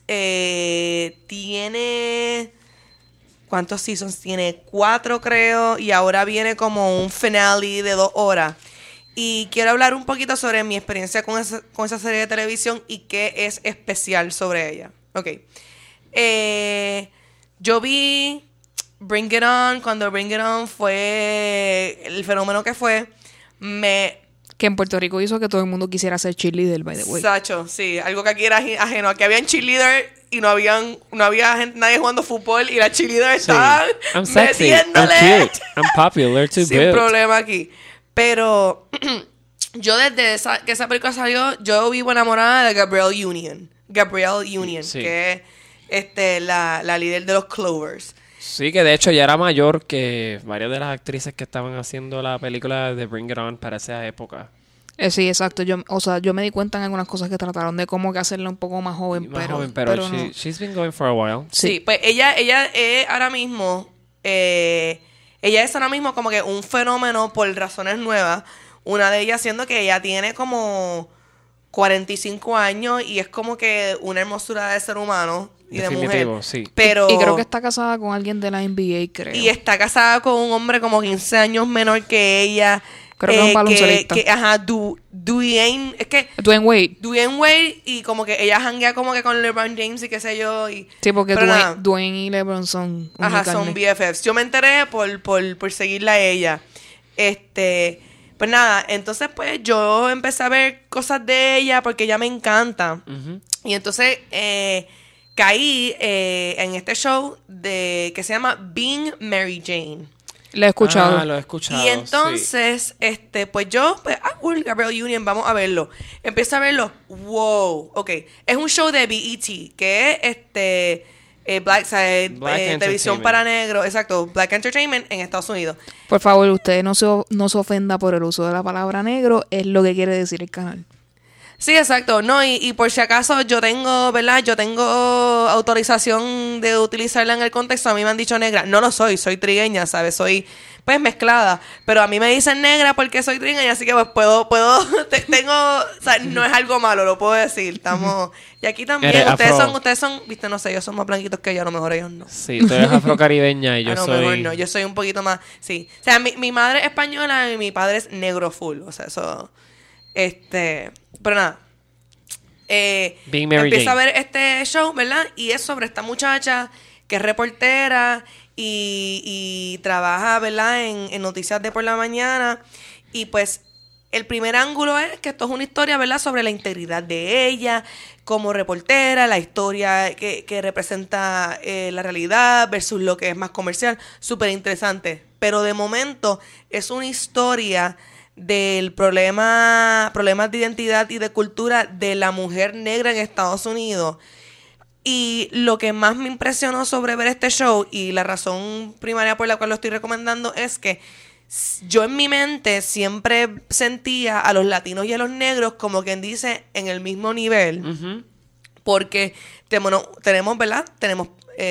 Tiene... ¿Cuántos seasons tiene? 4, creo. Y ahora viene como un finale de 2 horas. Y quiero hablar un poquito sobre mi experiencia con esa serie de televisión y qué es especial sobre ella. Ok. Yo vi Bring It On. Cuando Bring It On fue el fenómeno que fue, Que en Puerto Rico hizo que todo el mundo quisiera ser cheerleader, by the way. Sacho, sí, algo que aquí era ajeno. Aquí habían cheerleader y no había nadie jugando fútbol y las cheerleaders estaban I'm sexy. I'm metiéndole cute. I'm popular to sin boot. problema aquí. Pero yo desde que esa película salió, yo vivo enamorada de Gabrielle Union. Sí. Que es la líder de los Clovers. Sí, que de hecho ya era mayor que varias de las actrices que estaban haciendo la película de Bring It On para esa época. Sí, exacto. Yo me di cuenta en algunas cosas que trataron de como que hacerla un poco más joven, Más pero, joven, pero no. she's been going for a while. Sí, pues ella es ahora mismo, ella es ahora mismo como que un fenómeno por razones nuevas. Una de ellas siendo que ella tiene como 45 años y es como que una hermosura de ser humano y de Definitivo, mujer. sí. Pero, Y creo que está casada con alguien de la NBA, creo. y está casada con un hombre como 15 años menor que ella. Creo que es un baloncelista. Dwayne, es que Dwayne Wade. Dwayne Wade, y como que ella janguea como que con LeBron James y qué sé yo. Sí, porque pero nada. Dwayne y LeBron son Son BFFs. Yo me enteré por seguirla a ella. Pues nada, entonces pues yo empecé a ver cosas de ella porque ella me encanta. Y entonces caí en este show que se llama Being Mary Jane. Lo he escuchado. Lo he escuchado. Y entonces, pues yo, Gabriel Union, vamos a verlo. Empiezo a verlo. Wow, ok. Es un show de BET, que es Black televisión para negros, exacto, Black Entertainment en Estados Unidos. Por favor, usted no se ofenda por el uso de la palabra negro, es lo que quiere decir el canal. Sí, exacto. No, y por si acaso yo tengo, ¿verdad? Yo tengo autorización de utilizarla en el contexto. A mí me han dicho negra. No lo soy trigueña, ¿sabes? Soy, pues, mezclada. Pero a mí me dicen negra porque soy trigueña, así que pues tengo, o sea, no es algo malo, lo puedo decir. Estamos, y aquí también, ustedes son, viste, no sé, ellos son más blanquitos que yo, a lo mejor ellos no. Sí, tú eres afrocaribeña y yo soy... mejor no, yo soy un poquito más, sí. O sea, mi madre es española y mi padre es negro full, o sea, eso... Pero nada, empiezo a ver este show, ¿verdad? Y es sobre esta muchacha que es reportera y trabaja, ¿verdad? En noticias de por la mañana. Y pues el primer ángulo es que esto es una historia, ¿verdad? Sobre la integridad de ella como reportera, la historia que representa la realidad versus lo que es más comercial. Súper interesante. Pero de momento es una historia del problemas de identidad y de cultura de la mujer negra en Estados Unidos. Y lo que más me impresionó sobre ver este show, y la razón primaria por la cual lo estoy recomendando, es que yo en mi mente siempre sentía a los latinos y a los negros, como quien dice, en el mismo nivel. Porque tenemos, ¿verdad? Tenemos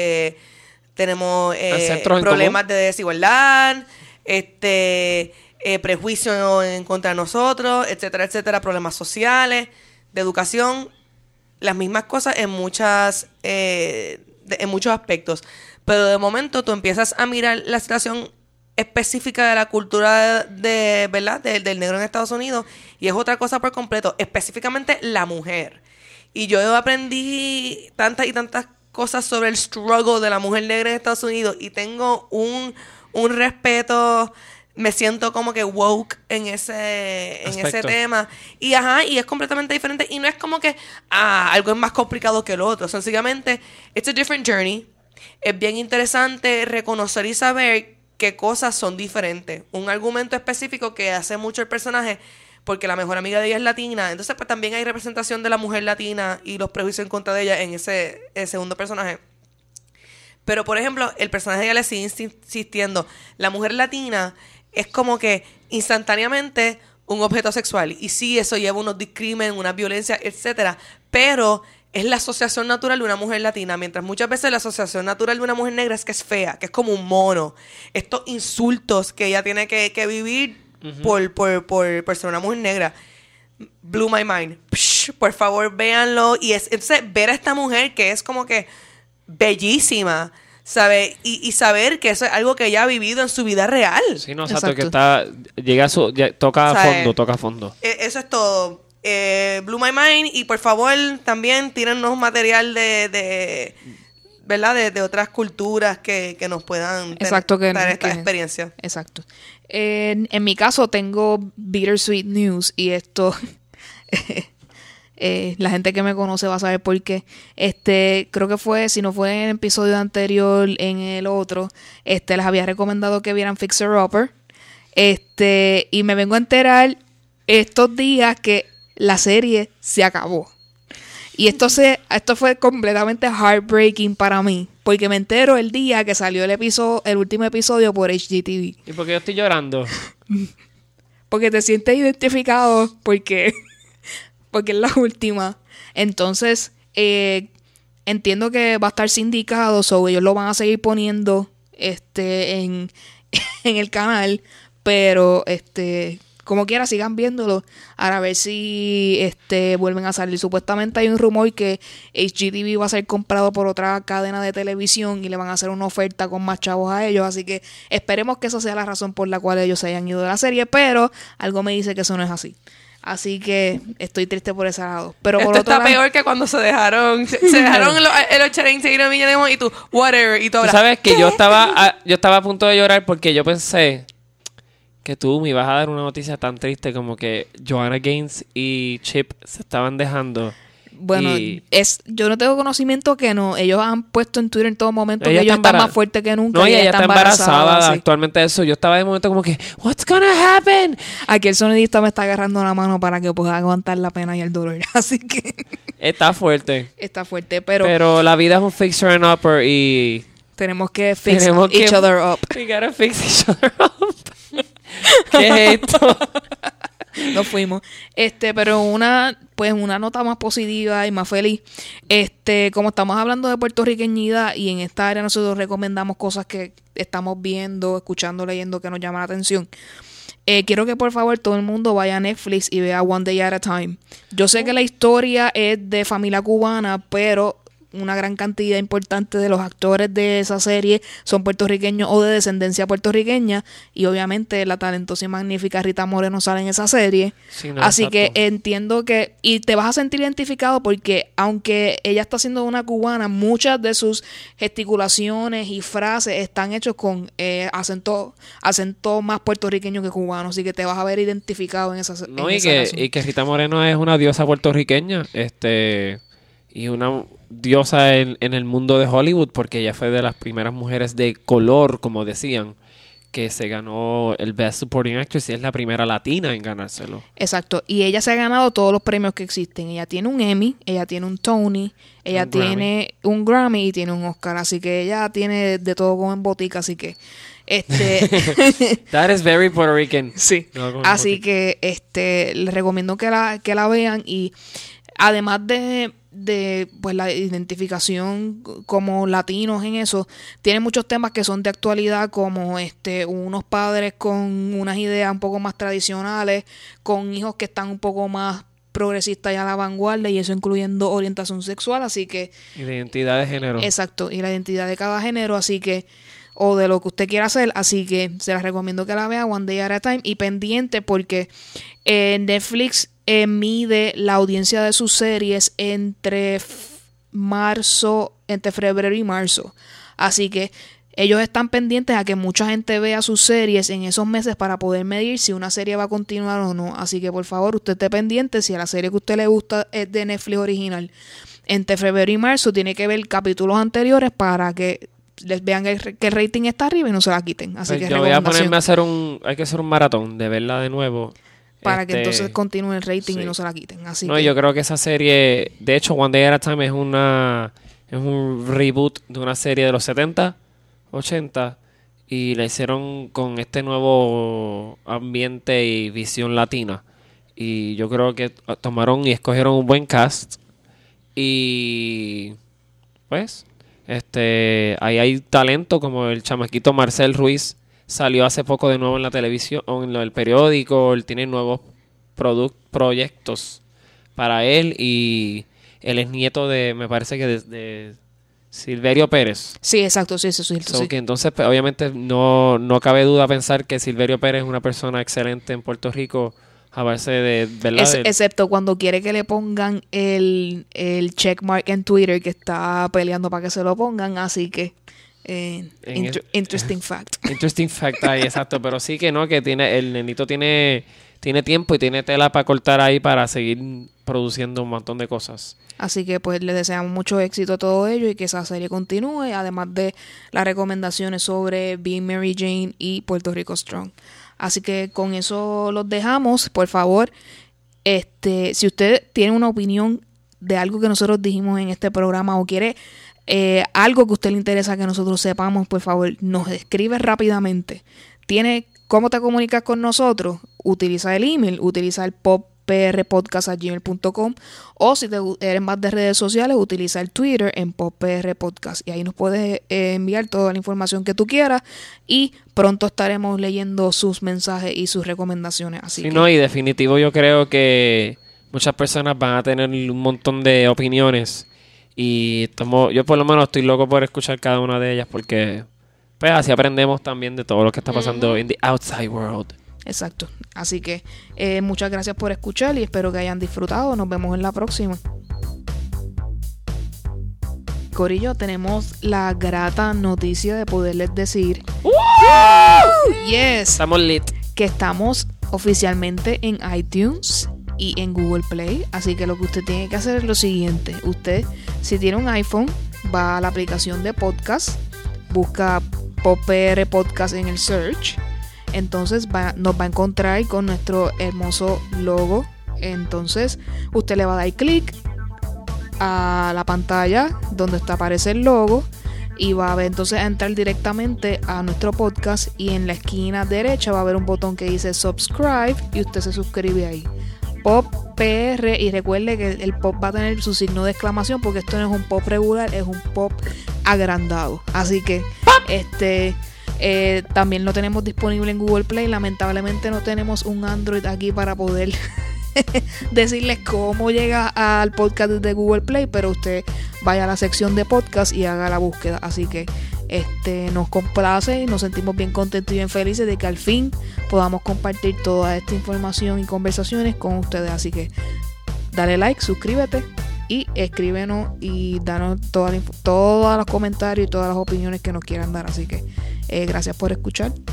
problemas de desigualdad, prejuicio en contra de nosotros, etcétera, etcétera, problemas sociales, de educación, las mismas cosas en en muchos aspectos. Pero de momento tú empiezas a mirar la situación específica de la cultura ¿verdad? Del negro en Estados Unidos, y es otra cosa por completo, específicamente la mujer. Y yo aprendí tantas y tantas cosas sobre el struggle de la mujer negra en Estados Unidos, y tengo un respeto. Me siento como que woke en ese tema. Y es completamente diferente. Y no es como que algo es más complicado que lo otro. Sencillamente, it's a different journey. Es bien interesante reconocer y saber qué cosas son diferentes. Un argumento específico que hace mucho el personaje, porque la mejor amiga de ella es latina. Entonces, pues también hay representación de la mujer latina y los prejuicios en contra de ella en ese segundo personaje. Pero, por ejemplo, el personaje de ella le sigue insistiendo. La mujer latina es como que instantáneamente un objeto sexual. Y sí, eso lleva unos discrímenes, una violencia, etcétera. Pero es la asociación natural de una mujer latina. Mientras muchas veces la asociación natural de una mujer negra es que es fea, que es como un mono. Estos insultos que ella tiene que vivir por ser una mujer negra. Blew my mind. Por favor, véanlo. Y entonces ver a esta mujer que es como que bellísima, ¿sabe? Y saber que eso es algo que ella ha vivido en su vida real. Sí, no, exacto, que toca a fondo. Eso es todo. Blew my mind. Y por favor, también tírennos material de ¿verdad? De otras culturas que nos puedan dar esta experiencia. Exacto. En mi caso tengo Bittersweet News, y esto... la gente que me conoce va a saber por qué. Creo que fue, si no fue en el episodio anterior, en el otro, les había recomendado que vieran Fixer Upper. Y me vengo a enterar estos días que la serie se acabó. Y esto fue completamente heartbreaking para mí, porque me entero el día que salió el último episodio por HGTV. ¿Y por qué yo estoy llorando? Porque te sientes identificado, porque es la última. Entonces, entiendo que va a estar sindicado, so ellos lo van a seguir poniendo en el canal, pero como quiera, sigan viéndolo a ver si vuelven a salir. Supuestamente hay un rumor que HGTV va a ser comprado por otra cadena de televisión y le van a hacer una oferta con más chavos a ellos, así que esperemos que esa sea la razón por la cual ellos se hayan ido de la serie, pero algo me dice que eso no es así. Así que estoy triste por ese lado. Pero por Esto otro está lado, peor que cuando se dejaron los Charin seguir a Millennium y tú, whatever, y todo. Tú sabes que yo estaba a punto de llorar porque yo pensé que tú me ibas a dar una noticia tan triste como que Joanna Gaines y Chip se estaban dejando. bueno, yo no tengo conocimiento que no. Ellos han puesto en Twitter en todo momento Ella que ellos está están más fuertes que nunca. No, y ella está embarazada sí. actualmente de eso. Yo estaba de momento como que, what's gonna happen? Aquí el sonidista me está agarrando la mano para que pueda aguantar la pena y el dolor. Así que Está fuerte. está fuerte, pero Pero la vida es un fixer and upper y tenemos que fix tenemos each que- other up. we gotta fix each other up. ¿Qué es esto? Nos fuimos. Pero una nota más positiva y más feliz. Como estamos hablando de puertorriqueñidad y en esta área nosotros recomendamos cosas que estamos viendo, escuchando, leyendo que nos llaman la atención. Quiero que por favor todo el mundo vaya a Netflix y vea One Day at a Time. Yo sé que la historia es de familia cubana, pero una gran cantidad importante de los actores de esa serie son puertorriqueños o de descendencia puertorriqueña, y obviamente la talentosa y magnífica Rita Moreno sale en esa serie. Sí, no, Así exacto. que entiendo que, y te vas a sentir identificado porque aunque ella está siendo una cubana, muchas de sus gesticulaciones y frases están hechos con acento más puertorriqueño que cubano, así que te vas a ver identificado en esa No, en y esa razón. que Rita Moreno es una diosa puertorriqueña, y una diosa en el mundo de Hollywood, porque ella fue de las primeras mujeres de color, como decían, que se ganó el Best Supporting Actress y es la primera latina en ganárselo. Exacto, y ella se ha ganado todos los premios que existen. Ella tiene un Emmy, ella tiene un Tony, ella Un tiene un Grammy y tiene un Oscar, así que ella tiene de todo como en botica, así que That is very Puerto Rican. sí, No, como así botica. que les recomiendo que la vean, y además de pues la identificación como latinos en eso, tiene muchos temas que son de actualidad, como unos padres con unas ideas un poco más tradicionales, con hijos que están un poco más progresistas y a la vanguardia, y eso incluyendo orientación sexual, así que Y de identidad de género. exacto, y la identidad de cada género, así que o de lo que usted quiera hacer, así que se las recomiendo que la vea One Day at a Time, y pendiente porque Netflix mide la audiencia de sus series entre febrero y marzo, así que ellos están pendientes a que mucha gente vea sus series en esos meses para poder medir si una serie va a continuar o no, así que por favor usted esté pendiente. Si a la serie que a usted le gusta es de Netflix original, entre febrero y marzo tiene que ver capítulos anteriores para que les vean que el rating está arriba y no se la quiten. Así Pues que yo voy a recomendación ponerme a hacer hay que hacer un maratón de verla de nuevo. para que entonces continúe el rating sí. y no se la quiten. Así No, que yo creo que esa serie, de hecho, One Day at a Time es un reboot de una serie de los 70, 80, y la hicieron con este nuevo ambiente y visión latina. Y yo creo que tomaron y escogieron un buen cast. Y pues, ahí hay talento como el chamaquito Marcel Ruiz. Salió hace poco de nuevo en la televisión, o en el periódico. Él tiene nuevos proyectos para él, y él es nieto me parece que de Silverio Pérez. sí, exacto, sí, eso sí. So que entonces, pues, obviamente, no cabe duda pensar que Silverio Pérez es una persona excelente en Puerto Rico, a base de, ¿verdad? Excepto cuando quiere que le pongan el checkmark en Twitter, que está peleando para que se lo pongan, así que interesting fact. Interesting fact ahí, exacto. Pero sí que no, que el nenito tiene tiempo y tiene tela para cortar ahí para seguir produciendo un montón de cosas. Así que pues les deseamos mucho éxito a todo ello y que esa serie continúe, además de las recomendaciones sobre Being Mary Jane y Puerto Rico Strong. Así que con eso los dejamos. Por favor, si usted tiene una opinión de algo que nosotros dijimos en este programa o quiere algo que a usted le interesa que nosotros sepamos, por favor, nos escribe rápidamente. ¿Cómo te comunicas con nosotros? Utiliza el email, utiliza el popprpodcast@gmail.com, o si eres más de redes sociales, utiliza el Twitter en popprpodcast, y ahí nos puedes enviar toda la información que tú quieras, y pronto estaremos leyendo sus mensajes y sus recomendaciones. Así que... No, y definitivo yo creo que muchas personas van a tener un montón de opiniones, y yo por lo menos estoy loco por escuchar cada una de ellas, porque pues así aprendemos también de todo lo que está pasando en the outside world. Exacto. Así que muchas gracias por escuchar y espero que hayan disfrutado. Nos vemos en la próxima. Corillo, tenemos la grata noticia de poderles decir yes, Estamos lit. que estamos oficialmente en iTunes y en Google Play. Así que lo que usted tiene que hacer es lo siguiente. Usted, si tiene un iPhone, va a la aplicación de podcast, busca PopR Podcast en el search. Entonces nos va a encontrar con nuestro hermoso logo. Entonces usted le va a dar clic a la pantalla donde aparece el logo y va a ver, entonces a entrar directamente a nuestro podcast, y en la esquina derecha va a haber un botón que dice subscribe y usted se suscribe ahí. Pop PR, y recuerde que el pop va a tener su signo de exclamación porque esto no es un pop regular, es un pop agrandado. Así que también lo tenemos disponible en Google Play. Lamentablemente no tenemos un Android aquí para poder decirles cómo llega al podcast de Google Play, pero usted vaya a la sección de podcast y haga la búsqueda. Así que nos complace y nos sentimos bien contentos y bien felices de que al fin podamos compartir toda esta información y conversaciones con ustedes. Así que dale like, suscríbete y escríbenos y danos todos los comentarios y todas las opiniones que nos quieran dar. Así que gracias por escuchar.